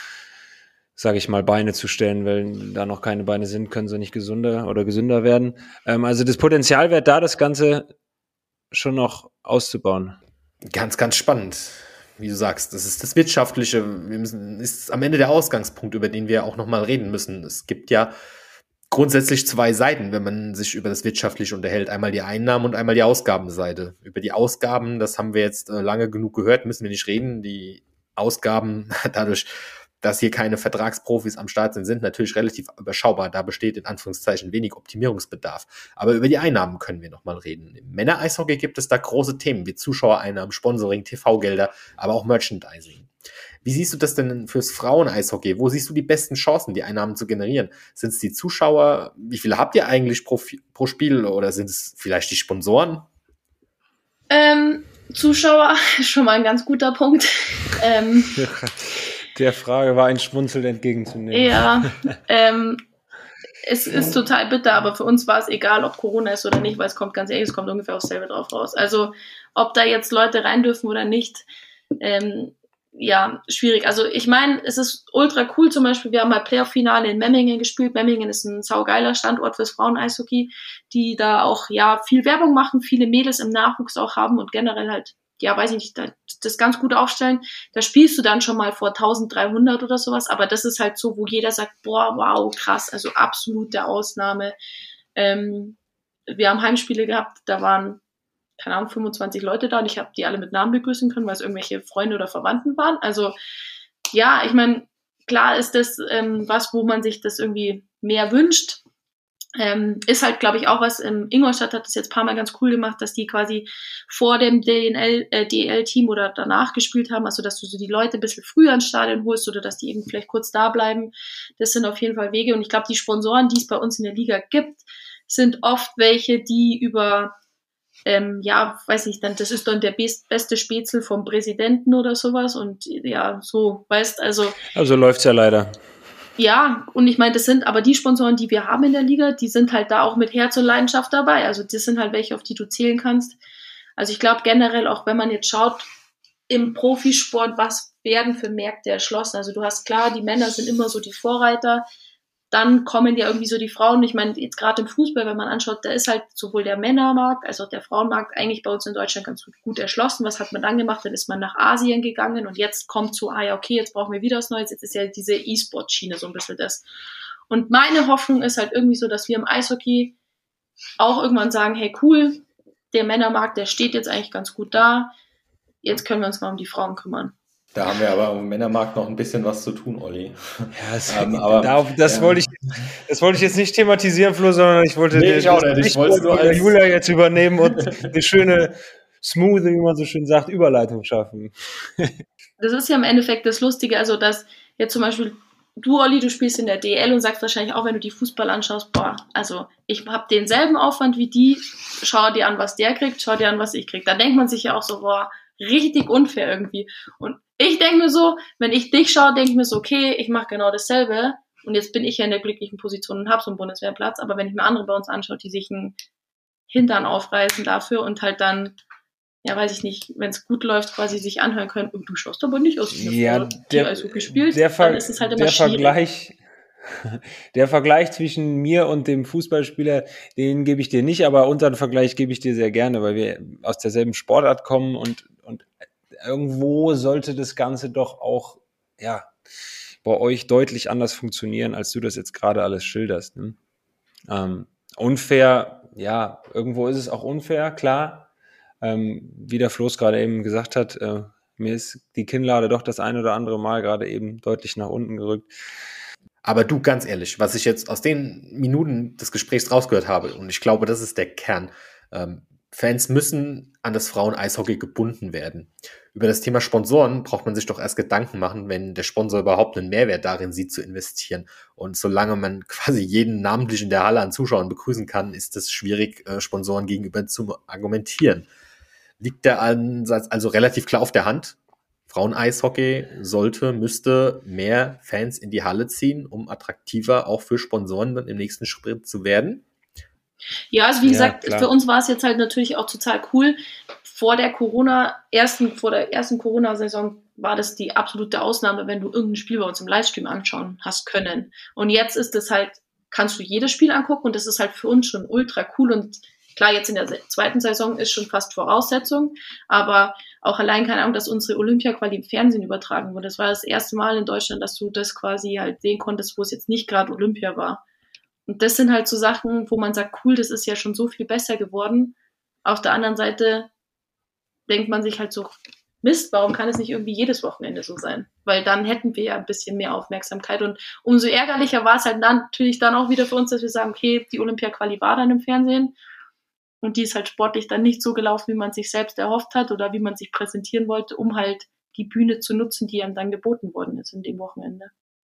sage ich mal, Beine zu stellen, weil da noch keine Beine sind, können sie nicht gesünder werden. Also das Potenzial wäre da, das Ganze schon noch auszubauen. Ganz, ganz spannend. Wie du sagst, das ist das Wirtschaftliche, ist am Ende der Ausgangspunkt, über den wir auch nochmal reden müssen. Es gibt ja grundsätzlich 2 Seiten, wenn man sich über das Wirtschaftliche unterhält. Einmal die Einnahmen- und einmal die Ausgabenseite. Über die Ausgaben, das haben wir jetzt lange genug gehört, müssen wir nicht reden. Die Ausgaben, dadurch, dass hier keine Vertragsprofis am Start sind natürlich relativ überschaubar. Da besteht in Anführungszeichen wenig Optimierungsbedarf. Aber über die Einnahmen können wir nochmal reden. Im Männer-Eishockey gibt es da große Themen wie Zuschauereinnahmen, Sponsoring, TV-Gelder, aber auch Merchandising. Wie siehst du das denn fürs Frauen-Eishockey? Wo siehst du die besten Chancen, die Einnahmen zu generieren? Sind es die Zuschauer? Wie viele habt ihr eigentlich pro Spiel? Oder sind es vielleicht die Sponsoren? Zuschauer ist schon mal ein ganz guter Punkt. Der Frage war ein Schmunzeln entgegenzunehmen. Ja, es ist total bitter, aber für uns war es egal, ob Corona ist oder nicht, weil es kommt ganz ehrlich, es kommt ungefähr aufs selbe drauf raus. Also ob da jetzt Leute rein dürfen oder nicht, ja, schwierig. Also ich meine, es ist ultra cool, zum Beispiel, wir haben mal Playoff-Finale in Memmingen gespielt. Memmingen ist ein saugeiler Standort fürs Frauen-Eishockey, die da auch ja viel Werbung machen, viele Mädels im Nachwuchs auch haben und generell halt, ja, weiß ich nicht, das ganz gut aufstellen. Da spielst du dann schon mal vor 1300 oder sowas, aber das ist halt so, wo jeder sagt, boah, wow, krass, also absolute Ausnahme. Wir haben Heimspiele gehabt, da waren keine Ahnung, 25 Leute da und ich habe die alle mit Namen begrüßen können, weil es irgendwelche Freunde oder Verwandten waren. Also ja, ich meine, klar ist das was, wo man sich das irgendwie mehr wünscht. Ist halt, glaube ich, auch was, Ingolstadt hat das jetzt ein paar Mal ganz cool gemacht, dass die quasi vor dem DEL-Team oder danach gespielt haben, also dass du so die Leute ein bisschen früher ins Stadion holst oder dass die eben vielleicht kurz da bleiben. Das sind auf jeden Fall Wege und ich glaube, die Sponsoren, die es bei uns in der Liga gibt, sind oft welche, die über ja, weiß nicht, dann, das ist dann der beste Spätzle vom Präsidenten oder sowas und ja, so, weißt, also läuft's ja leider. ja, und ich meine, das sind aber die Sponsoren, die wir haben in der Liga, die sind halt da auch mit Herz und Leidenschaft dabei, also das sind halt welche, auf die du zählen kannst. Also ich glaube generell, auch wenn man jetzt schaut, im Profisport, was werden für Märkte erschlossen, also du hast klar, die Männer sind immer so die Vorreiter, dann kommen ja irgendwie so die Frauen, ich meine, jetzt gerade im Fußball, wenn man anschaut, da ist halt sowohl der Männermarkt als auch der Frauenmarkt eigentlich bei uns in Deutschland ganz gut erschlossen. Was hat man dann gemacht? Dann ist man nach Asien gegangen und jetzt kommt so, ja, okay, jetzt brauchen wir wieder was Neues. Jetzt ist ja diese E-Sport-Schiene so ein bisschen das. Und meine Hoffnung ist halt irgendwie so, dass wir im Eishockey auch irgendwann sagen, hey, cool, der Männermarkt, der steht jetzt eigentlich ganz gut da. Jetzt können wir uns mal um die Frauen kümmern. Da haben wir aber im Männermarkt noch ein bisschen was zu tun, Olli. Ja, das wollte ich jetzt nicht thematisieren, Flo, sondern ich wollte Julia jetzt übernehmen und eine schöne, smooth, wie man so schön sagt, Überleitung schaffen. Das ist ja im Endeffekt das Lustige, also dass jetzt zum Beispiel du, Olli, du spielst in der DL und sagst wahrscheinlich auch, wenn du die Fußball anschaust, boah, also ich habe denselben Aufwand wie die, schau dir an, was der kriegt, schau dir an, was ich krieg. Da denkt man sich ja auch so, boah, richtig unfair irgendwie. Und ich denke mir so, wenn ich dich schaue, denke ich mir so, okay, ich mache genau dasselbe und jetzt bin ich ja in der glücklichen Position und habe so einen Bundeswehrplatz, aber wenn ich mir andere bei uns anschaue, die sich einen Hintern aufreißen dafür und halt dann, ja, weiß ich nicht, wenn es gut läuft, quasi sich anhören können, du schaust aber nicht aus wie eine Frau, die Eishockey spielt, dann ist es halt immer schwierig. Der Vergleich zwischen mir und dem Fußballspieler, den gebe ich dir nicht, aber unseren Vergleich gebe ich dir sehr gerne, weil wir aus derselben Sportart kommen und irgendwo sollte das Ganze doch auch, ja, bei euch deutlich anders funktionieren, als du das jetzt gerade alles schilderst. Ne? Unfair, ja, irgendwo ist es auch unfair, klar. Wie der Floß gerade eben gesagt hat, mir ist die Kinnlade doch das ein oder andere Mal gerade eben deutlich nach unten gerückt. Aber du, ganz ehrlich, was ich jetzt aus den Minuten des Gesprächs rausgehört habe, und ich glaube, das ist der Kern, Fans müssen an das Frauen-Eishockey gebunden werden. Über das Thema Sponsoren braucht man sich doch erst Gedanken machen, wenn der Sponsor überhaupt einen Mehrwert darin sieht, zu investieren. Und solange man quasi jeden namentlich in der Halle an Zuschauern begrüßen kann, ist es schwierig, Sponsoren gegenüber zu argumentieren. Liegt der Ansatz also relativ klar auf der Hand? Frauen-Eishockey müsste mehr Fans in die Halle ziehen, um attraktiver auch für Sponsoren dann im nächsten Schritt zu werden? Ja, also wie gesagt, klar. Für uns war es jetzt halt natürlich auch total cool. Vor der ersten Corona-Saison war das die absolute Ausnahme, wenn du irgendein Spiel bei uns im Livestream anschauen hast können. Und jetzt ist es halt, kannst du jedes Spiel angucken und das ist halt für uns schon ultra cool und klar, jetzt in der zweiten Saison ist schon fast Voraussetzung, aber auch allein, keine Ahnung, dass unsere Olympia-Quali im Fernsehen übertragen wurde. Das war das erste Mal in Deutschland, dass du das quasi halt sehen konntest, wo es jetzt nicht gerade Olympia war. Und das sind halt so Sachen, wo man sagt, cool, das ist ja schon so viel besser geworden. Auf der anderen Seite denkt man sich halt so, Mist, warum kann es nicht irgendwie jedes Wochenende so sein? Weil dann hätten wir ja ein bisschen mehr Aufmerksamkeit und umso ärgerlicher war es halt dann natürlich dann auch wieder für uns, dass wir sagen, okay, die Olympia-Quali war dann im Fernsehen und die ist halt sportlich dann nicht so gelaufen, wie man sich selbst erhofft hat oder wie man sich präsentieren wollte, um halt die Bühne zu nutzen, die einem dann geboten worden ist in dem Wochenende.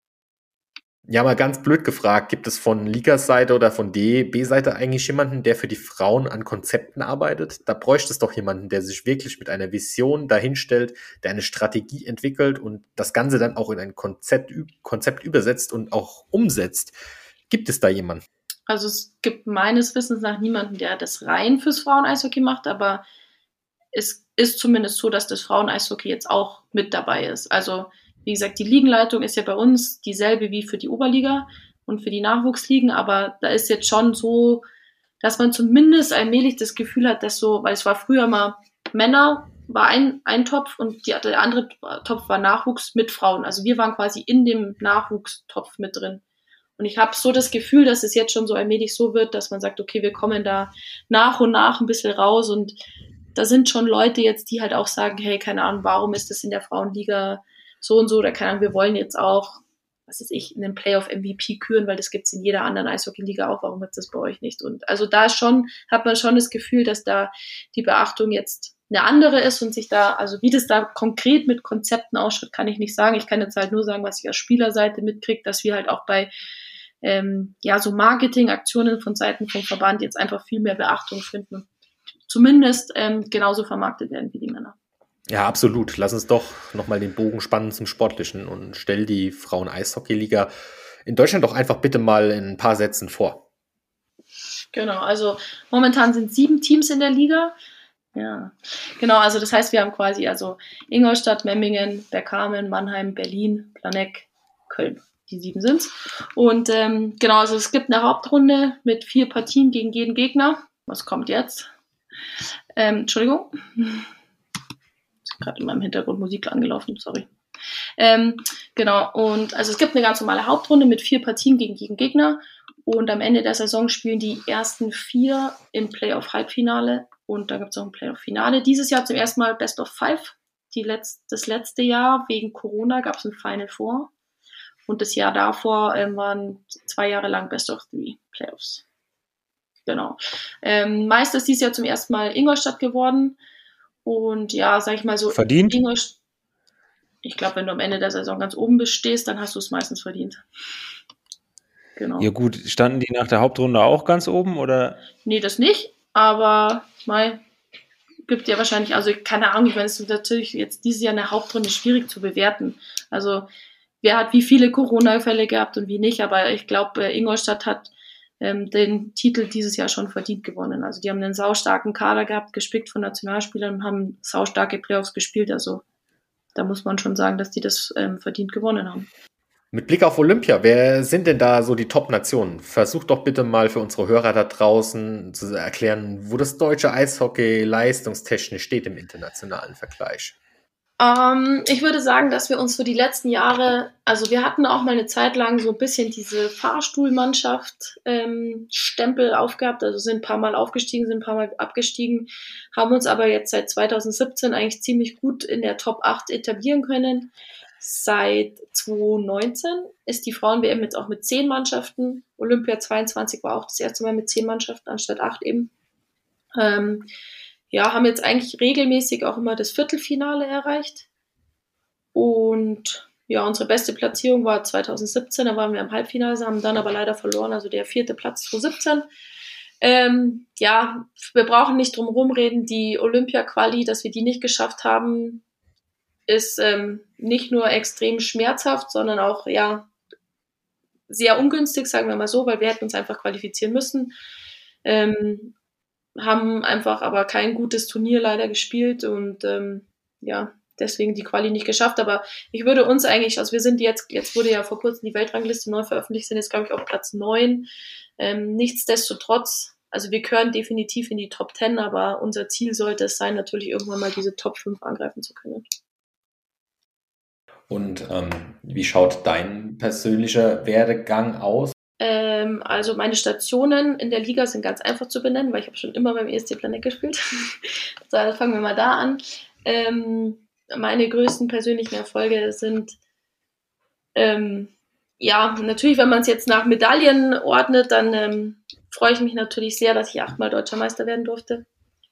Ja, mal ganz blöd gefragt, gibt es von Ligas Seite oder von DEB-Seite eigentlich jemanden, der für die Frauen an Konzepten arbeitet? Da bräuchte es doch jemanden, der sich wirklich mit einer Vision dahinstellt, der eine Strategie entwickelt und das Ganze dann auch in ein Konzept übersetzt und auch umsetzt. Gibt es da jemanden? Also es gibt meines Wissens nach niemanden, der das rein fürs Frauen-Eishockey macht, aber es ist zumindest so, dass das Frauen-Eishockey jetzt auch mit dabei ist. Also wie gesagt, die Ligenleitung ist ja bei uns dieselbe wie für die Oberliga und für die Nachwuchsligen, aber da ist jetzt schon so, dass man zumindest allmählich das Gefühl hat, dass so, weil es war früher mal Männer, war ein Topf und der andere Topf war Nachwuchs mit Frauen. Also wir waren quasi in dem Nachwuchstopf mit drin. Und ich habe so das Gefühl, dass es jetzt schon so allmählich so wird, dass man sagt, okay, wir kommen da nach und nach ein bisschen raus und da sind schon Leute jetzt, die halt auch sagen, hey, keine Ahnung, warum ist das in der Frauenliga so und so, oder keine Ahnung, wir wollen jetzt auch, was weiß ich, einen Playoff-MVP küren, weil das gibt's in jeder anderen Eishockey-Liga auch, warum gibt's das bei euch nicht? Und also da hat man schon das Gefühl, dass da die Beachtung jetzt eine andere ist und sich da, also wie das da konkret mit Konzepten ausschaut, kann ich nicht sagen. Ich kann jetzt halt nur sagen, was ich aus Spielerseite mitkriege, dass wir halt auch bei so Marketingaktionen von Seiten vom Verband jetzt einfach viel mehr Beachtung finden und zumindest genauso vermarktet werden wie die Männer. Ja, absolut. Lass uns doch nochmal den Bogen spannen zum Sportlichen und stell die Frauen-Eishockey-Liga in Deutschland doch einfach bitte mal in ein paar Sätzen vor. Genau, also momentan sind 7 Teams in der Liga. Ja, genau, also das heißt, wir haben quasi also Ingolstadt, Memmingen, Bergkamen, Mannheim, Berlin, Planegg, Köln. Die 7 sind's. Und genau, also es gibt eine Hauptrunde mit 4 Partien gegen jeden Gegner. Was kommt jetzt? Entschuldigung. Ist gerade in meinem Hintergrund Musik angelaufen, sorry. Genau, und also es gibt eine ganz normale Hauptrunde mit 4 Partien gegen jeden Gegner. Und am Ende der Saison spielen die ersten 4 im Playoff-Halbfinale. Und dann gibt es auch ein Playoff-Finale. Dieses Jahr zum ersten Mal Best of 5. Das letzte Jahr wegen Corona gab es ein Final Four. Und das Jahr davor waren 2 Jahre lang Best of 3 Playoffs. Genau. Meister ist dieses Jahr zum ersten Mal Ingolstadt geworden. Und ja, sag ich mal so. Verdient? Ich glaube, wenn du am Ende der Saison ganz oben stehst, dann hast du es meistens verdient. Genau. Ja gut, standen die nach der Hauptrunde auch ganz oben, oder? Nee, das nicht. Aber gibt ja wahrscheinlich, also keine Ahnung, ich meine, es ist natürlich jetzt dieses Jahr eine Hauptrunde schwierig zu bewerten. Also wer hat wie viele Corona-Fälle gehabt und wie nicht, aber ich glaube, Ingolstadt hat den Titel dieses Jahr schon verdient gewonnen. Also die haben einen saustarken Kader gehabt, gespickt von Nationalspielern und haben saustarke Playoffs gespielt. Also da muss man schon sagen, dass die das verdient gewonnen haben. Mit Blick auf Olympia, wer sind denn da so die Top-Nationen? Versuch doch bitte mal für unsere Hörer da draußen zu erklären, wo das deutsche Eishockey leistungstechnisch steht im internationalen Vergleich. Ich würde sagen, dass wir uns für die letzten Jahre, also wir hatten auch mal eine Zeit lang so ein bisschen diese Fahrstuhlmannschaft Stempel aufgehabt, also sind ein paar Mal aufgestiegen, sind ein paar Mal abgestiegen, haben uns aber jetzt seit 2017 eigentlich ziemlich gut in der Top 8 etablieren können. Seit 2019 ist die Frauen-WM jetzt auch mit 10 Mannschaften. Olympia 22 war auch das erste Mal mit 10 Mannschaften anstatt 8 eben. Haben jetzt eigentlich regelmäßig auch immer das Viertelfinale erreicht. Und ja, unsere beste Platzierung war 2017, da waren wir im Halbfinale, haben dann aber leider verloren, also der 4. Platz 2017. Wir brauchen nicht drum rumreden, die Olympia-Quali, dass wir die nicht geschafft haben, ist nicht nur extrem schmerzhaft, sondern auch sehr ungünstig, sagen wir mal so, weil wir hätten uns einfach qualifizieren müssen. Haben einfach aber kein gutes Turnier leider gespielt und deswegen die Quali nicht geschafft. Aber ich würde uns eigentlich, also wir sind jetzt wurde ja vor kurzem die Weltrangliste neu veröffentlicht, sind jetzt glaube ich auf Platz 9. Nichtsdestotrotz, also wir gehören definitiv in die Top 10, aber unser Ziel sollte es sein, natürlich irgendwann mal diese Top 5 angreifen zu können. Und wie schaut dein persönlicher Werdegang aus? Also meine Stationen in der Liga sind ganz einfach zu benennen, weil ich habe schon immer beim ESC Planegg gespielt. So, dann fangen wir mal da an. Meine größten persönlichen Erfolge sind natürlich, wenn man es jetzt nach Medaillen ordnet, dann freue ich mich natürlich sehr, dass ich 8-mal Deutscher Meister werden durfte.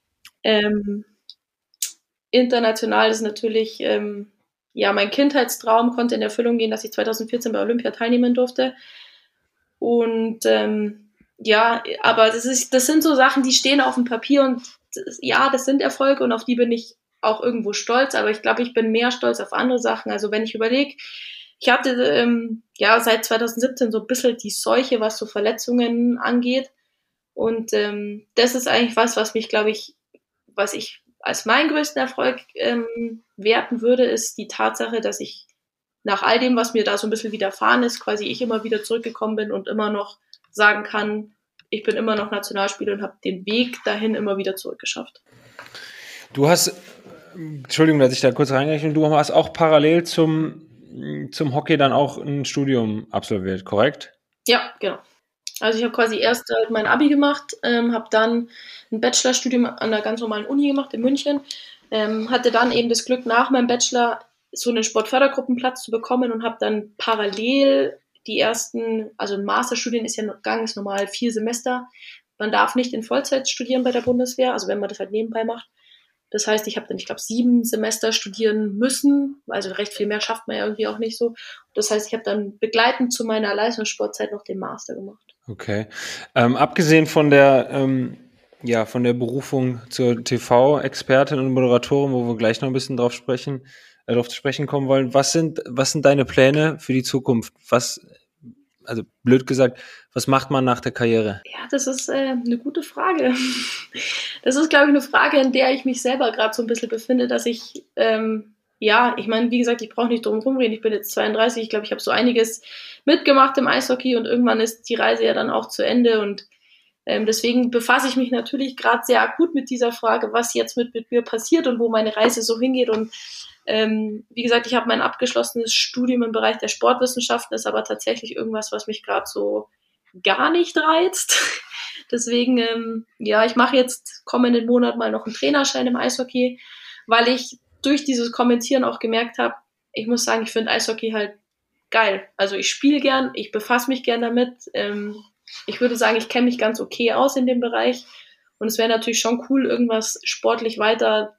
International ist natürlich mein Kindheitstraum konnte in Erfüllung gehen, dass ich 2014 bei Olympia teilnehmen durfte. Und aber das sind so Sachen, die stehen auf dem Papier und das sind Erfolge und auf die bin ich auch irgendwo stolz, aber ich glaube, ich bin mehr stolz auf andere Sachen. Also wenn ich überlege, ich hatte seit 2017 so ein bisschen die Seuche, was so Verletzungen angeht und das ist eigentlich was mich, glaube ich, was ich als meinen größten Erfolg werten würde, ist die Tatsache, dass ich nach all dem, was mir da so ein bisschen widerfahren ist, quasi ich immer wieder zurückgekommen bin und immer noch sagen kann, ich bin immer noch Nationalspieler und habe den Weg dahin immer wieder zurückgeschafft. Du hast, Entschuldigung, dass ich da kurz reingehe, du hast auch parallel zum Hockey dann auch ein Studium absolviert, korrekt? Ja, genau. Also ich habe quasi erst mein Abi gemacht, habe dann ein Bachelorstudium an einer ganz normalen Uni gemacht in München, hatte dann eben das Glück, nach meinem Bachelor so einen Sportfördergruppenplatz zu bekommen und habe dann parallel die ersten, also ein Masterstudien ist ja ganz normal 4 Semester. Man darf nicht in Vollzeit studieren bei der Bundeswehr, also wenn man das halt nebenbei macht. Das heißt, ich habe dann, ich glaube, 7 Semester studieren müssen, also recht viel mehr schafft man ja irgendwie auch nicht so. Das heißt, ich habe dann begleitend zu meiner Leistungssportzeit noch den Master gemacht. Okay. Abgesehen von der Berufung zur TV-Expertin und Moderatorin, wo wir gleich noch ein bisschen drauf zu sprechen kommen wollen, was sind deine Pläne für die Zukunft? Also blöd gesagt, was macht man nach der Karriere? Ja, das ist eine gute Frage. Das ist, glaube ich, eine Frage, in der ich mich selber gerade so ein bisschen befinde, dass ich, ich meine, wie gesagt, ich brauche nicht drum rumreden, ich bin jetzt 32, ich glaube, ich habe so einiges mitgemacht im Eishockey und irgendwann ist die Reise ja dann auch zu Ende und deswegen befasse ich mich natürlich gerade sehr akut mit dieser Frage, was jetzt mit mir passiert und wo meine Reise so hingeht und wie gesagt, ich habe mein abgeschlossenes Studium im Bereich der Sportwissenschaften, ist aber tatsächlich irgendwas, was mich gerade so gar nicht reizt. Deswegen, ich mache jetzt kommenden Monat mal noch einen Trainerschein im Eishockey, weil ich durch dieses Kommentieren auch gemerkt habe, ich muss sagen, ich finde Eishockey halt geil. Also ich spiele gern, ich befasse mich gern damit. Ich würde sagen, ich kenne mich ganz okay aus in dem Bereich und es wäre natürlich schon cool, irgendwas sportlich weiter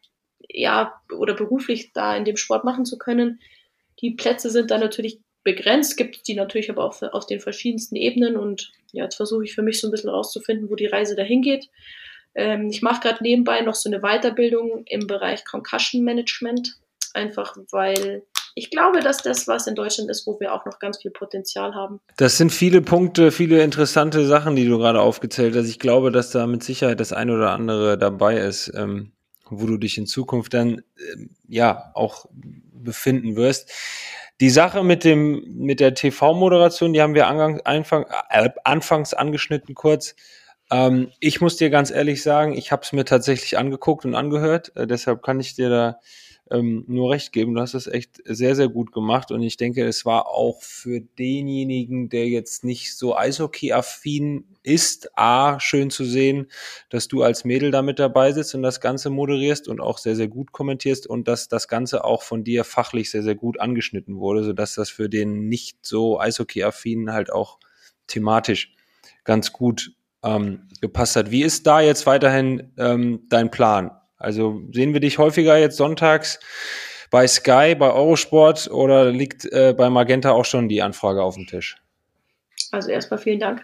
oder beruflich da in dem Sport machen zu können. Die Plätze sind da natürlich begrenzt, gibt es die natürlich aber auch auf den verschiedensten Ebenen und jetzt versuche ich für mich so ein bisschen rauszufinden, wo die Reise dahin geht. Ich mache gerade nebenbei noch so eine Weiterbildung im Bereich Concussion Management, einfach weil ich glaube, dass das was in Deutschland ist, wo wir auch noch ganz viel Potenzial haben. Das sind viele Punkte, viele interessante Sachen, die du gerade aufgezählt hast. Ich glaube, dass da mit Sicherheit das eine oder andere dabei ist, wo du dich in Zukunft dann auch befinden wirst. Die Sache mit der TV-Moderation, die haben wir anfangs angeschnitten kurz. Ich muss dir ganz ehrlich sagen, ich habe es mir tatsächlich angeguckt und angehört. Deshalb kann ich dir da nur recht geben. Du hast das echt sehr, sehr gut gemacht und ich denke, es war auch für denjenigen, der jetzt nicht so Eishockey-affin ist, schön zu sehen, dass du als Mädel da mit dabei sitzt und das Ganze moderierst und auch sehr, sehr gut kommentierst und dass das Ganze auch von dir fachlich sehr, sehr gut angeschnitten wurde, sodass das für den nicht so Eishockey-affinen halt auch thematisch ganz gut gepasst hat. Wie ist da jetzt weiterhin dein Plan? Also sehen wir dich häufiger jetzt sonntags bei Sky, bei Eurosport oder liegt bei Magenta auch schon die Anfrage auf dem Tisch? Also erstmal vielen Dank.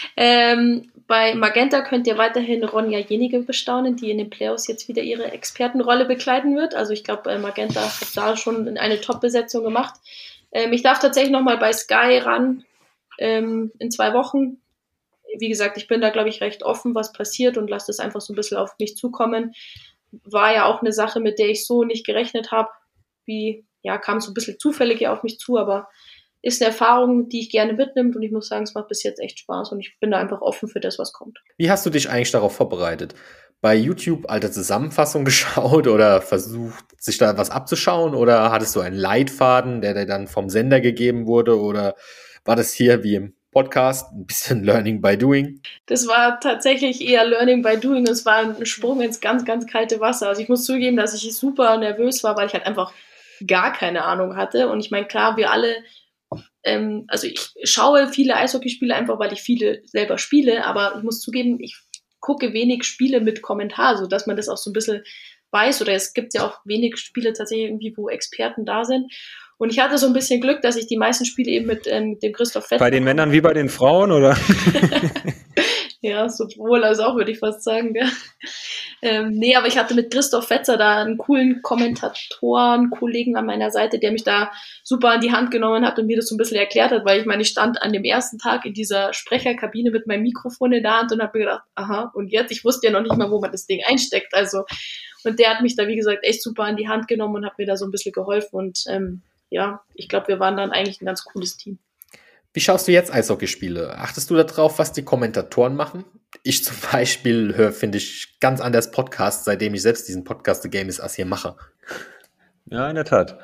Bei Magenta könnt ihr weiterhin Ronja Jenige bestaunen, die in den Playoffs jetzt wieder ihre Expertenrolle bekleiden wird. Also ich glaube, Magenta hat da schon eine Top-Besetzung gemacht. Ich darf tatsächlich nochmal bei Sky ran in 2 Wochen. Wie gesagt, ich bin da, glaube ich, recht offen, was passiert und lasse das einfach so ein bisschen auf mich zukommen. War ja auch eine Sache, mit der ich so nicht gerechnet habe. Kam so ein bisschen zufällig auf mich zu, aber ist eine Erfahrung, die ich gerne mitnehme und ich muss sagen, es macht bis jetzt echt Spaß und ich bin da einfach offen für das, was kommt. Wie hast du dich eigentlich darauf vorbereitet? Bei YouTube alte Zusammenfassung geschaut oder versucht, sich da was abzuschauen oder hattest du einen Leitfaden, der dir dann vom Sender gegeben wurde oder war das hier wie im Podcast ein bisschen Learning by Doing? Das war tatsächlich eher Learning by Doing. Es war ein Sprung ins ganz, ganz kalte Wasser. Also ich muss zugeben, dass ich super nervös war, weil ich halt einfach gar keine Ahnung hatte. Und ich meine, klar, wir alle, also ich schaue viele Eishockeyspiele einfach, weil ich viele selber spiele, aber ich muss zugeben, ich gucke wenig Spiele mit Kommentar, sodass man das auch so ein bisschen weiß. Oder es gibt ja auch wenig Spiele tatsächlich irgendwie, wo Experten da sind. Und ich hatte so ein bisschen Glück, dass ich die meisten Spiele eben mit dem Christoph Vetter... Bei den Männern wie bei den Frauen, oder? Ja, sowohl als auch, würde ich fast sagen. Gell? Nee, aber ich hatte mit Christoph Fetzer da einen coolen Kommentatoren, Kollegen an meiner Seite, der mich da super an die Hand genommen hat und mir das so ein bisschen erklärt hat, weil ich meine, ich stand an dem ersten Tag in dieser Sprecherkabine mit meinem Mikrofon in der Hand und habe mir gedacht, aha, und jetzt? Ich wusste ja noch nicht mal, wo man das Ding einsteckt. Also, und der hat mich da, wie gesagt, echt super an die Hand genommen und hat mir da so ein bisschen geholfen. Und ja, ich glaube, wir waren dann eigentlich ein ganz cooles Team. Wie schaust du jetzt Eishockeyspiele? Achtest du darauf, was die Kommentatoren machen? Ich zum Beispiel höre, finde ich, ganz anders Podcasts, seitdem ich selbst diesen Podcast The Game is Us hier mache. Ja, in der Tat.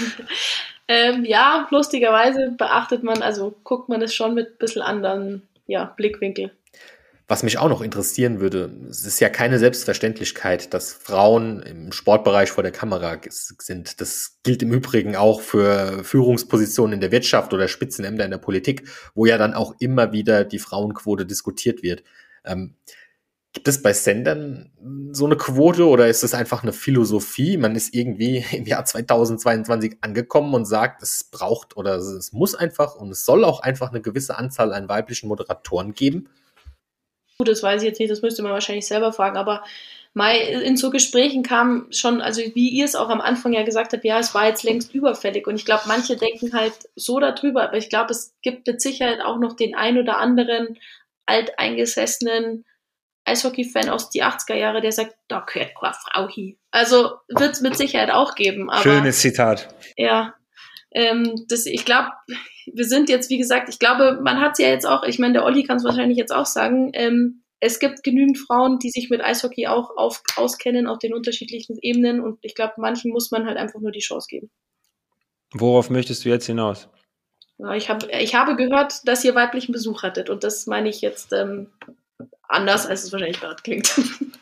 Ja, lustigerweise guckt man es schon mit ein bisschen anderen Blickwinkel. Was mich auch noch interessieren würde, es ist ja keine Selbstverständlichkeit, dass Frauen im Sportbereich vor der Kamera sind. Das gilt im Übrigen auch für Führungspositionen in der Wirtschaft oder Spitzenämter in der Politik, wo ja dann auch immer wieder die Frauenquote diskutiert wird. Gibt es bei Sendern so eine Quote oder ist es einfach eine Philosophie? Man ist irgendwie im Jahr 2022 angekommen und sagt, es braucht oder es muss einfach und es soll auch einfach eine gewisse Anzahl an weiblichen Moderatoren geben. Gut, das weiß ich jetzt nicht, das müsste man wahrscheinlich selber fragen, aber in so Gesprächen kam schon, also wie ihr es auch am Anfang ja gesagt habt, ja, es war jetzt längst überfällig und ich glaube, manche denken halt so darüber, aber ich glaube, es gibt mit Sicherheit auch noch den ein oder anderen alteingesessenen Eishockey-Fan aus die 80er Jahre, der sagt, da gehört keine Frau hin. Also wird es mit Sicherheit auch geben. Aber, schönes Zitat. Ja, ich glaube, wir sind jetzt, wie gesagt, ich glaube, man hat es ja jetzt auch, ich meine, der Olli kann es wahrscheinlich jetzt auch sagen, es gibt genügend Frauen, die sich mit Eishockey auch auskennen auf den unterschiedlichen Ebenen und ich glaube, manchen muss man halt einfach nur die Chance geben. Worauf möchtest du jetzt hinaus? Ja, ich habe gehört, dass ihr weiblichen Besuch hattet und das meine ich jetzt anders, als es wahrscheinlich gerade klingt.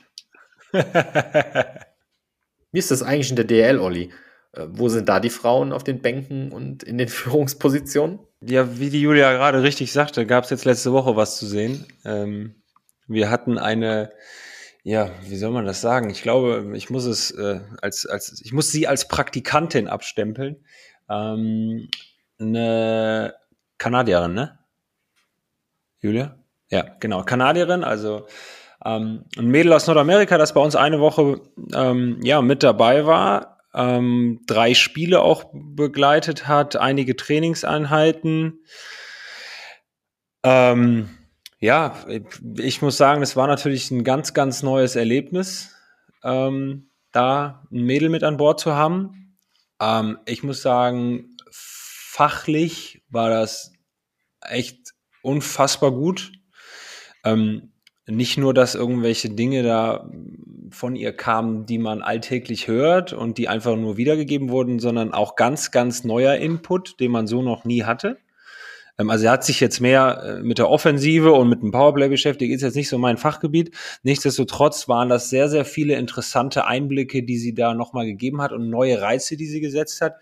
Wie ist das eigentlich in der DL, Olli? Wo sind da die Frauen auf den Bänken und in den Führungspositionen? Ja, wie die Julia gerade richtig sagte, gab es jetzt letzte Woche was zu sehen. Wir hatten eine, ja, wie soll man das sagen? Ich glaube, ich muss es ich muss sie als Praktikantin abstempeln. Eine Kanadierin, ne? Julia? Ja, genau, Kanadierin, also ein Mädel aus Nordamerika, das bei uns eine Woche mit dabei war. 3 Spiele auch begleitet hat, einige Trainingseinheiten. Ich muss sagen, es war natürlich ein ganz, ganz neues Erlebnis, da ein Mädel mit an Bord zu haben. Ich muss sagen, fachlich war das echt unfassbar gut. Nicht nur, dass irgendwelche Dinge da von ihr kamen, die man alltäglich hört und die einfach nur wiedergegeben wurden, sondern auch ganz, ganz neuer Input, den man so noch nie hatte. Also er hat sich jetzt mehr mit der Offensive und mit dem Powerplay beschäftigt, ist jetzt nicht so mein Fachgebiet. Nichtsdestotrotz waren das sehr, sehr viele interessante Einblicke, die sie da nochmal gegeben hat und neue Reize, die sie gesetzt hat.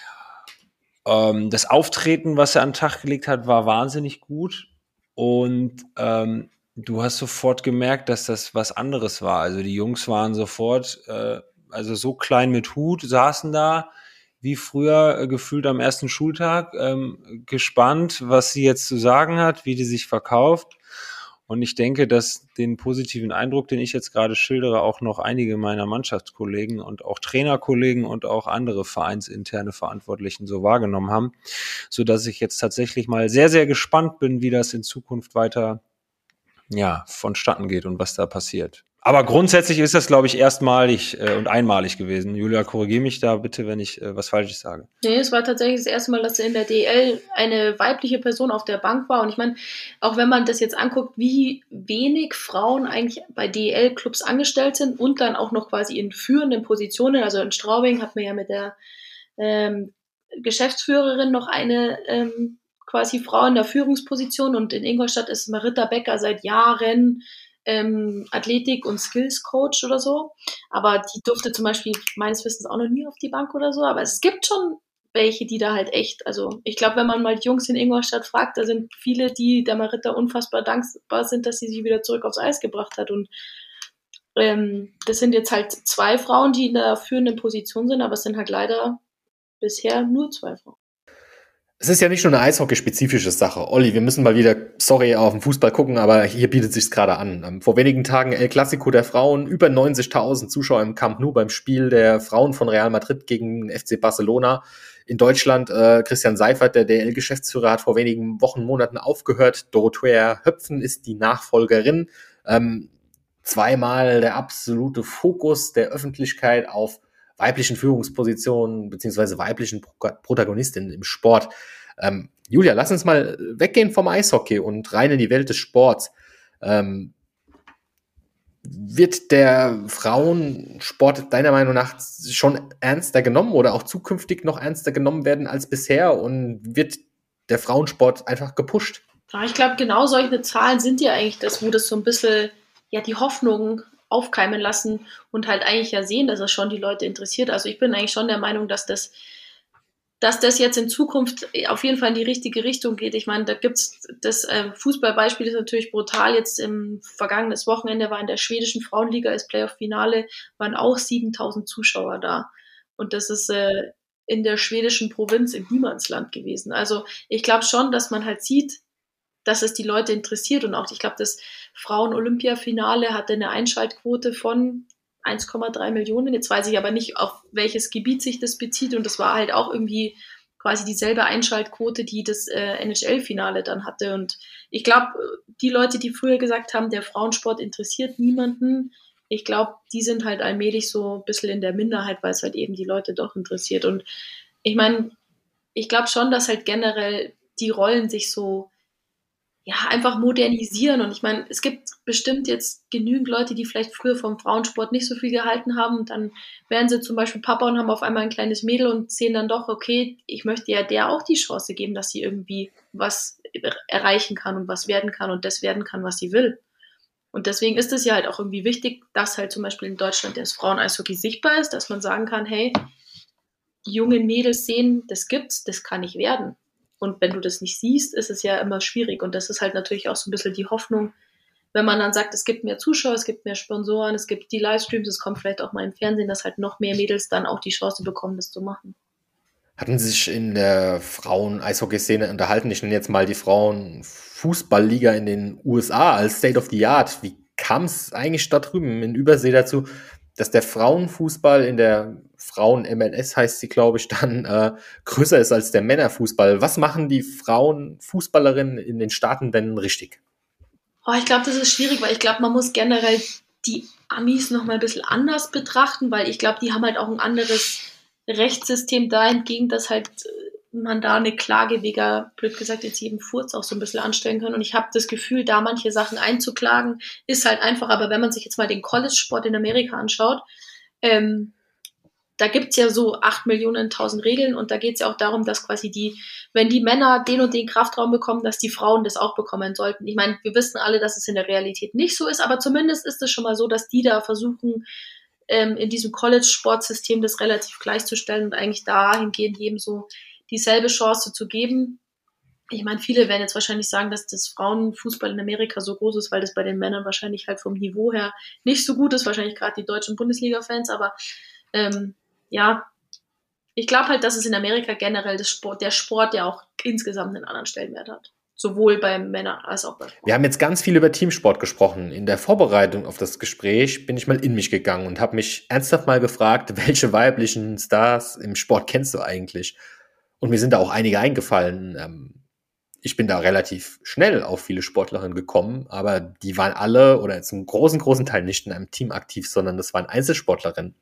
Das Auftreten, was er an den Tag gelegt hat, war wahnsinnig gut und du hast sofort gemerkt, dass das was anderes war. Also die Jungs waren sofort, also so klein mit Hut, saßen da wie früher gefühlt am ersten Schultag, gespannt, was sie jetzt zu sagen hat, wie die sich verkauft. Und ich denke, dass den positiven Eindruck, den ich jetzt gerade schildere, auch noch einige meiner Mannschaftskollegen und auch Trainerkollegen und auch andere vereinsinterne Verantwortlichen so wahrgenommen haben, sodass ich jetzt tatsächlich mal sehr, sehr gespannt bin, wie das in Zukunft weiter vonstatten geht und was da passiert. Aber grundsätzlich ist das, glaube ich, erstmalig und einmalig gewesen. Julia, korrigiere mich da bitte, wenn ich was Falsches sage. Nee, es war tatsächlich das erste Mal, dass in der DL eine weibliche Person auf der Bank war. Und ich meine, auch wenn man das jetzt anguckt, wie wenig Frauen eigentlich bei DL-Clubs angestellt sind und dann auch noch quasi in führenden Positionen. Also in Straubing hat man ja mit der Geschäftsführerin noch eine quasi Frau in der Führungsposition und in Ingolstadt ist Marita Becker seit Jahren Athletik- und Skills-Coach oder so. Aber die durfte zum Beispiel meines Wissens auch noch nie auf die Bank oder so. Aber es gibt schon welche, die da halt echt, also ich glaube, wenn man mal die Jungs in Ingolstadt fragt, da sind viele, die der Marita unfassbar dankbar sind, dass sie sich wieder zurück aufs Eis gebracht hat. Und das sind jetzt halt 2 Frauen, die in der führenden Position sind, aber es sind halt leider bisher nur 2 Frauen. Es ist ja nicht nur eine eishockeyspezifische Sache. Olli, wir müssen mal wieder, sorry, auf den Fußball gucken, aber hier bietet sich's gerade an. Vor wenigen Tagen El Clasico der Frauen, über 90.000 Zuschauer im Camp Nou beim Spiel der Frauen von Real Madrid gegen FC Barcelona. In Deutschland, Christian Seifert, der DL-Geschäftsführer, hat vor wenigen Wochen, Monaten aufgehört. Dorothea Höpfen ist die Nachfolgerin. Zweimal der absolute Fokus der Öffentlichkeit auf weiblichen Führungspositionen beziehungsweise weiblichen Protagonistinnen im Sport. Julia, lass uns mal weggehen vom Eishockey und rein in die Welt des Sports. Wird der Frauensport deiner Meinung nach schon ernster genommen oder auch zukünftig noch ernster genommen werden als bisher und wird der Frauensport einfach gepusht? Ja, ich glaube, genau solche Zahlen sind ja eigentlich das, wo das so ein bisschen die Hoffnung aufkeimen lassen und halt eigentlich ja sehen, dass es schon die Leute interessiert. Also ich bin eigentlich schon der Meinung, dass das jetzt in Zukunft auf jeden Fall in die richtige Richtung geht. Ich meine, da gibt's das Fußballbeispiel ist natürlich brutal. Jetzt im vergangenes Wochenende war in der schwedischen Frauenliga das Playoff-Finale, waren auch 7.000 Zuschauer da. Und das ist in der schwedischen Provinz im Niemandsland gewesen. Also ich glaube schon, dass man halt sieht, dass es die Leute interessiert. Und auch, ich glaube, das Frauen-Olympia-Finale hatte eine Einschaltquote von 1,3 Millionen. Jetzt weiß ich aber nicht, auf welches Gebiet sich das bezieht. Und das war halt auch irgendwie quasi dieselbe Einschaltquote, die das NHL-Finale dann hatte. Und ich glaube, die Leute, die früher gesagt haben, der Frauensport interessiert niemanden, ich glaube, die sind halt allmählich so ein bisschen in der Minderheit, weil es halt eben die Leute doch interessiert. Und ich meine, ich glaube schon, dass halt generell die Rollen sich so einfach modernisieren. Und ich meine, es gibt bestimmt jetzt genügend Leute, die vielleicht früher vom Frauensport nicht so viel gehalten haben und dann werden sie zum Beispiel Papa und haben auf einmal ein kleines Mädel und sehen dann doch, okay, ich möchte ja der auch die Chance geben, dass sie irgendwie was erreichen kann und was werden kann und das werden kann, was sie will. Und deswegen ist es ja halt auch irgendwie wichtig, dass halt zum Beispiel in Deutschland das Frauen-Eishockey sichtbar ist, dass man sagen kann, hey, die jungen Mädels sehen, das gibt's, das kann ich werden. Und wenn du das nicht siehst, ist es ja immer schwierig. Und das ist halt natürlich auch so ein bisschen die Hoffnung, wenn man dann sagt, es gibt mehr Zuschauer, es gibt mehr Sponsoren, es gibt die Livestreams, es kommt vielleicht auch mal im Fernsehen, dass halt noch mehr Mädels dann auch die Chance bekommen, das zu machen. Hatten Sie sich in der Frauen-Eishockey-Szene unterhalten? Ich nenne jetzt mal die Frauen-Fußballliga in den USA als State of the Art. Wie kam es eigentlich da drüben in Übersee dazu, dass der Frauenfußball in der Frauen-MLS, heißt sie, glaube ich, dann größer ist als der Männerfußball? Was machen die Frauenfußballerinnen in den Staaten denn richtig? Ich glaube, das ist schwierig, weil ich glaube, man muss generell die Amis noch mal ein bisschen anders betrachten, weil ich glaube, die haben halt auch ein anderes Rechtssystem dahingegen, dass halt man da eine Klage wegen, blöd gesagt, jetzt jedem Furz auch so ein bisschen anstellen kann. Und ich habe das Gefühl, da manche Sachen einzuklagen, ist halt einfach. Aber wenn man sich jetzt mal den College-Sport in Amerika anschaut, da gibt's ja so 8 Millionen 1000 Regeln und da geht's ja auch darum, dass quasi wenn die Männer den und den Kraftraum bekommen, dass die Frauen das auch bekommen sollten. Ich meine, wir wissen alle, dass es in der Realität nicht so ist, aber zumindest ist es schon mal so, dass die da versuchen, in diesem College-Sportsystem das relativ gleichzustellen und eigentlich dahingehend jedem so dieselbe Chance zu geben. Ich meine, viele werden jetzt wahrscheinlich sagen, dass das Frauenfußball in Amerika so groß ist, weil das bei den Männern wahrscheinlich halt vom Niveau her nicht so gut ist, wahrscheinlich gerade die deutschen Bundesliga-Fans, aber ich glaube halt, dass es in Amerika generell der Sport ja auch insgesamt einen anderen Stellenwert hat. Sowohl bei Männern als auch bei Frauen. Wir haben jetzt ganz viel über Teamsport gesprochen. In der Vorbereitung auf das Gespräch bin ich mal in mich gegangen und habe mich ernsthaft mal gefragt, welche weiblichen Stars im Sport kennst du eigentlich? Und mir sind da auch einige eingefallen. Ich bin da relativ schnell auf viele Sportlerinnen gekommen, aber die waren alle oder zum großen Teil nicht in einem Team aktiv, sondern das waren Einzelsportlerinnen.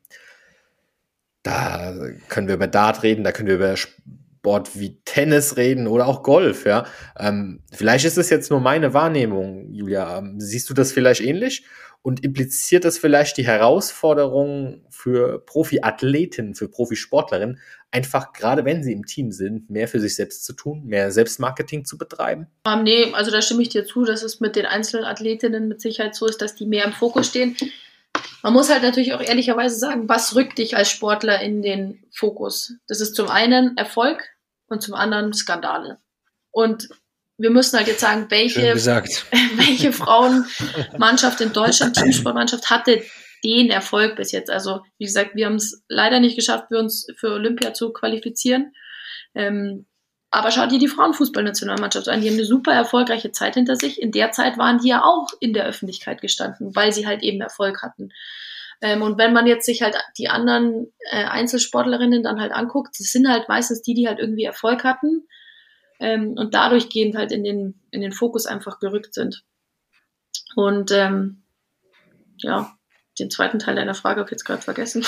Da können wir über Dart reden, da können wir über Sport wie Tennis reden oder auch Golf, ja. Vielleicht ist es jetzt nur meine Wahrnehmung, Julia. Siehst du das vielleicht ähnlich? Und impliziert das vielleicht die Herausforderung für Profiathletinnen, für Profisportlerinnen, einfach gerade wenn sie im Team sind, mehr für sich selbst zu tun, mehr Selbstmarketing zu betreiben? Nee, also da stimme ich dir zu, dass es mit den einzelnen Athletinnen mit Sicherheit so ist, dass die mehr im Fokus stehen. Man muss halt natürlich auch ehrlicherweise sagen, was rückt dich als Sportler in den Fokus? Das ist zum einen Erfolg und zum anderen Skandale. Und wir müssen halt jetzt sagen, welche Frauenmannschaft in Deutschland, Teamsportmannschaft, hatte den Erfolg bis jetzt. Also wie gesagt, wir haben es leider nicht geschafft, uns für Olympia zu qualifizieren. Aber schau dir die Frauenfußballnationalmannschaft an, die haben eine super erfolgreiche Zeit hinter sich. In der Zeit waren die ja auch in der Öffentlichkeit gestanden, weil sie halt eben Erfolg hatten. Und wenn man jetzt sich halt die anderen Einzelsportlerinnen dann halt anguckt, das sind halt meistens die halt irgendwie Erfolg hatten und dadurch gehend halt in den Fokus einfach gerückt sind. Und ja, den zweiten Teil deiner Frage habe ich jetzt gerade vergessen.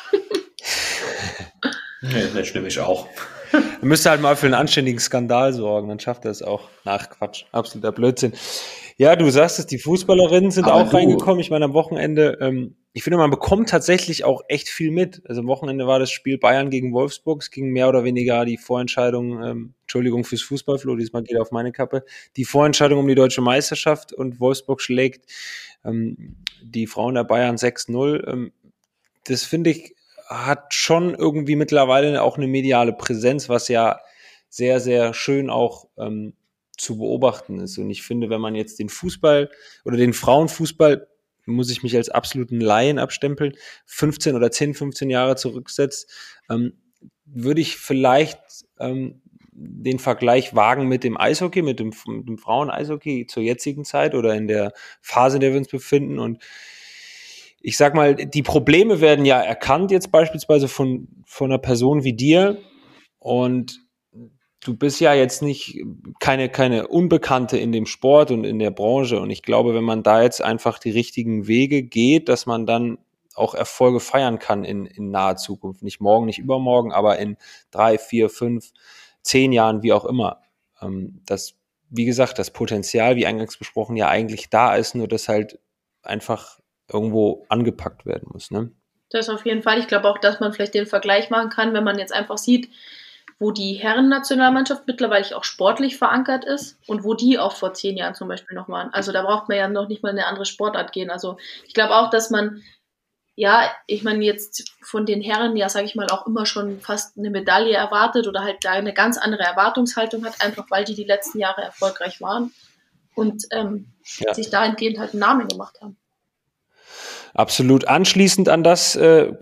Nee, das stimme ich auch. Er müsste halt mal für einen anständigen Skandal sorgen, dann schafft er es auch. Ach Quatsch, absoluter Blödsinn. Ja, du sagst es, die Fußballerinnen sind auch reingekommen. Ich meine, am Wochenende, ich finde, man bekommt tatsächlich auch echt viel mit. Also am Wochenende war das Spiel Bayern gegen Wolfsburg. Es ging mehr oder weniger die Vorentscheidung, Entschuldigung fürs Fußballfloh, diesmal geht er auf meine Kappe, die Vorentscheidung um die deutsche Meisterschaft und Wolfsburg schlägt die Frauen der Bayern 6-0. Das finde ich, hat schon irgendwie mittlerweile auch eine mediale Präsenz, was ja sehr, sehr schön auch zu beobachten ist. Und ich finde, wenn man jetzt den Fußball oder den Frauenfußball, muss ich mich als absoluten Laien abstempeln, 15 oder 10, 15 Jahre zurücksetzt, würde ich vielleicht den Vergleich wagen mit dem Eishockey, mit dem Frauen-Eishockey zur jetzigen Zeit oder in der Phase, in der wir uns befinden. Und ich sag mal, die Probleme werden ja erkannt jetzt beispielsweise von einer Person wie dir und du bist ja jetzt nicht keine Unbekannte in dem Sport und in der Branche und ich glaube, wenn man da jetzt einfach die richtigen Wege geht, dass man dann auch Erfolge feiern kann in naher Zukunft. Nicht morgen, nicht übermorgen, aber in 3, 4, 5, 10 Jahren, wie auch immer. Das, wie gesagt, das Potenzial, wie eingangs besprochen, ja eigentlich da ist, nur dass halt einfach irgendwo angepackt werden muss, ne? Das auf jeden Fall. Ich glaube auch, dass man vielleicht den Vergleich machen kann, wenn man jetzt einfach sieht, wo die Herren-Nationalmannschaft mittlerweile auch sportlich verankert ist und wo die auch vor 10 Jahren zum Beispiel noch waren. Also da braucht man ja noch nicht mal eine andere Sportart gehen. Also ich glaube auch, dass man, ja, ich meine jetzt von den Herren, ja, sage ich mal, auch immer schon fast eine Medaille erwartet oder halt da eine ganz andere Erwartungshaltung hat, einfach weil die letzten Jahre erfolgreich waren und sich dahingehend halt einen Namen gemacht haben. Absolut. Anschließend an das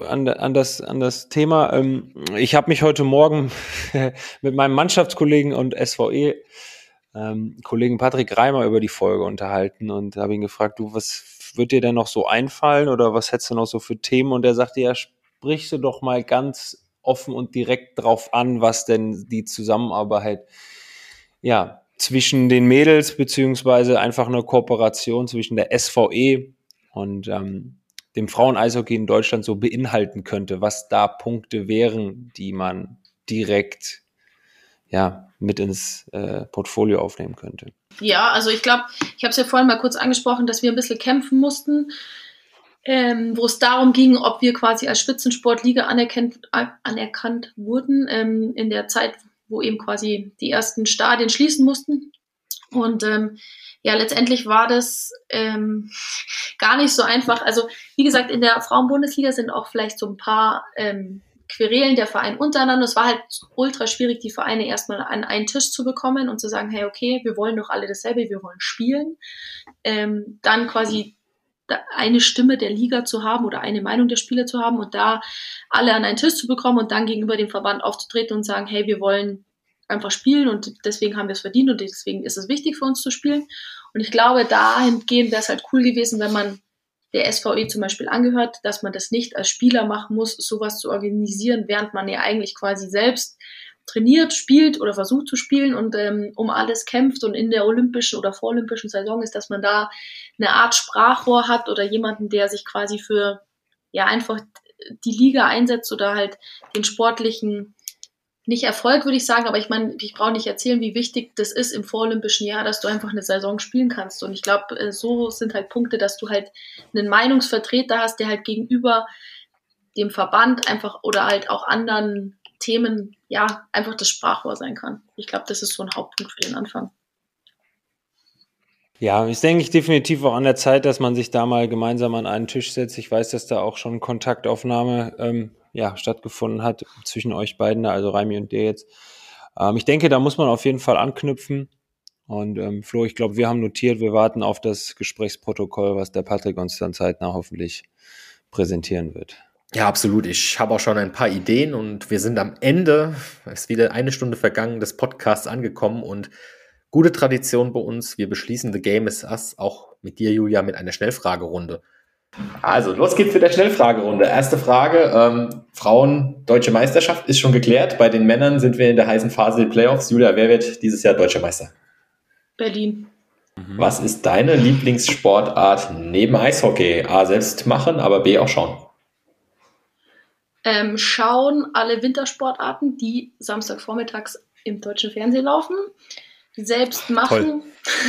Thema. Ich habe mich heute Morgen mit meinem Mannschaftskollegen und SVE-Kollegen Patrick Reimer über die Folge unterhalten und habe ihn gefragt, du, was wird dir denn noch so einfallen oder was hättest du noch so für Themen? Und er sagte, ja, sprichst du doch mal ganz offen und direkt drauf an, was denn die Zusammenarbeit, ja, zwischen den Mädels beziehungsweise einfach eine Kooperation zwischen der SVE und dem Frauen-Eishockey in Deutschland so beinhalten könnte, was da Punkte wären, die man direkt mit ins Portfolio aufnehmen könnte. Ja, also ich glaube, ich habe es ja vorhin mal kurz angesprochen, dass wir ein bisschen kämpfen mussten, wo es darum ging, ob wir quasi als Spitzensportliga anerkannt wurden in der Zeit, wo eben quasi die ersten Stadien schließen mussten. Und letztendlich war das gar nicht so einfach. Also wie gesagt, in der Frauenbundesliga sind auch vielleicht so ein paar Querelen der Vereine untereinander. Es war halt ultra schwierig, die Vereine erstmal an einen Tisch zu bekommen und zu sagen, hey, okay, wir wollen doch alle dasselbe, wir wollen spielen. Dann quasi eine Stimme der Liga zu haben oder eine Meinung der Spieler zu haben und da alle an einen Tisch zu bekommen und dann gegenüber dem Verband aufzutreten und sagen, hey, wir wollen einfach spielen und deswegen haben wir es verdient und deswegen ist es wichtig für uns zu spielen. Und ich glaube, dahingehend wäre es halt cool gewesen, wenn man der SVE zum Beispiel angehört, dass man das nicht als Spieler machen muss, sowas zu organisieren, während man ja eigentlich quasi selbst trainiert, spielt oder versucht zu spielen und um alles kämpft und in der olympischen oder vorolympischen Saison ist, dass man da eine Art Sprachrohr hat oder jemanden, der sich quasi für einfach die Liga einsetzt oder halt den sportlichen, nicht Erfolg, würde ich sagen, aber ich meine, ich brauche nicht erzählen, wie wichtig das ist im vorolympischen Jahr, dass du einfach eine Saison spielen kannst. Und ich glaube, so sind halt Punkte, dass du halt einen Meinungsvertreter hast, der halt gegenüber dem Verband einfach oder halt auch anderen Themen, einfach das Sprachrohr sein kann. Ich glaube, das ist so ein Hauptpunkt für den Anfang. Ja, ich denke definitiv auch an der Zeit, dass man sich da mal gemeinsam an einen Tisch setzt. Ich weiß, dass da auch schon Kontaktaufnahme stattgefunden hat zwischen euch beiden, also Raimi und dir jetzt. Ich denke, da muss man auf jeden Fall anknüpfen. Und Flo, ich glaube, wir haben notiert, wir warten auf das Gesprächsprotokoll, was der Patrick uns dann zeitnah hoffentlich präsentieren wird. Ja, absolut. Ich habe auch schon ein paar Ideen und wir sind am Ende, es ist wieder eine Stunde vergangen, des Podcasts angekommen und gute Tradition bei uns. Wir beschließen The Game is Us auch mit dir, Julia, mit einer Schnellfragerunde. Also, los geht's mit der Schnellfragerunde. Erste Frage, Frauen, Deutsche Meisterschaft ist schon geklärt. Bei den Männern sind wir in der heißen Phase der Playoffs. Julia, wer wird dieses Jahr Deutscher Meister? Berlin. Was ist deine Lieblingssportart neben Eishockey? A, selbst machen, aber B, auch schauen. Schauen alle Wintersportarten, die Samstagvormittags im deutschen Fernsehen laufen. Selbst machen.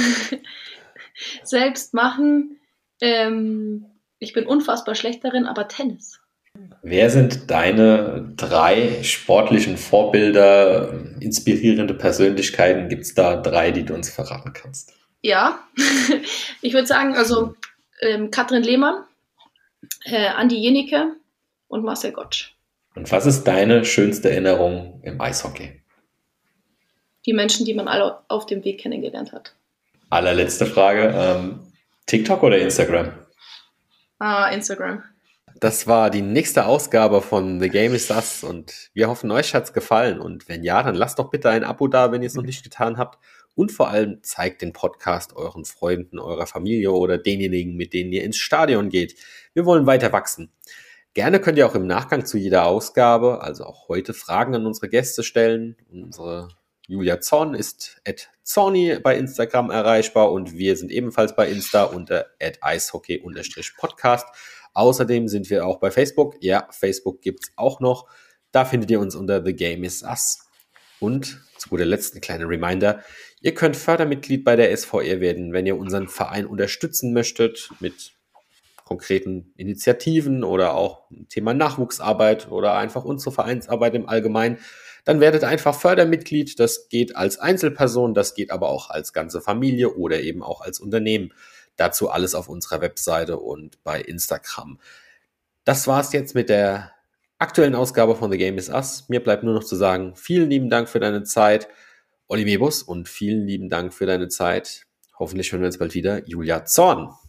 Selbst machen. Ich bin unfassbar schlecht darin, aber Tennis. Wer sind deine 3 sportlichen Vorbilder, inspirierende Persönlichkeiten? Gibt es da 3, die du uns verraten kannst? Ja, ich würde sagen, also Katrin Lehmann, Andi Jenike und Marcel Gottsch. Und was ist deine schönste Erinnerung im Eishockey? Die Menschen, die man alle auf dem Weg kennengelernt hat. Allerletzte Frage, TikTok oder Instagram? Instagram. Das war die nächste Ausgabe von The Game is Us und wir hoffen, euch hat's gefallen und wenn ja, dann lasst doch bitte ein Abo da, wenn ihr es noch nicht getan habt und vor allem zeigt den Podcast euren Freunden, eurer Familie oder denjenigen, mit denen ihr ins Stadion geht. Wir wollen weiter wachsen. Gerne könnt ihr auch im Nachgang zu jeder Ausgabe, also auch heute, Fragen an unsere Gäste stellen. Unsere Julia Zorn ist @zorni bei Instagram erreichbar und wir sind ebenfalls bei Insta unter @eishockey_podcast. Außerdem sind wir auch bei Facebook. Ja, Facebook gibt's auch noch. Da findet ihr uns unter The Game is Us. Und zu guter Letzt ein kleiner Reminder. Ihr könnt Fördermitglied bei der SVR werden, wenn ihr unseren Verein unterstützen möchtet mit konkreten Initiativen oder auch Thema Nachwuchsarbeit oder einfach unsere Vereinsarbeit im Allgemeinen. Dann werdet einfach Fördermitglied. Das geht als Einzelperson, das geht aber auch als ganze Familie oder eben auch als Unternehmen. Dazu alles auf unserer Webseite und bei Instagram. Das war's jetzt mit der aktuellen Ausgabe von The Game is Us. Mir bleibt nur noch zu sagen, vielen lieben Dank für deine Zeit, Olli Mebus, und vielen lieben Dank für deine Zeit. Hoffentlich hören wir uns bald wieder, Julia Zorn.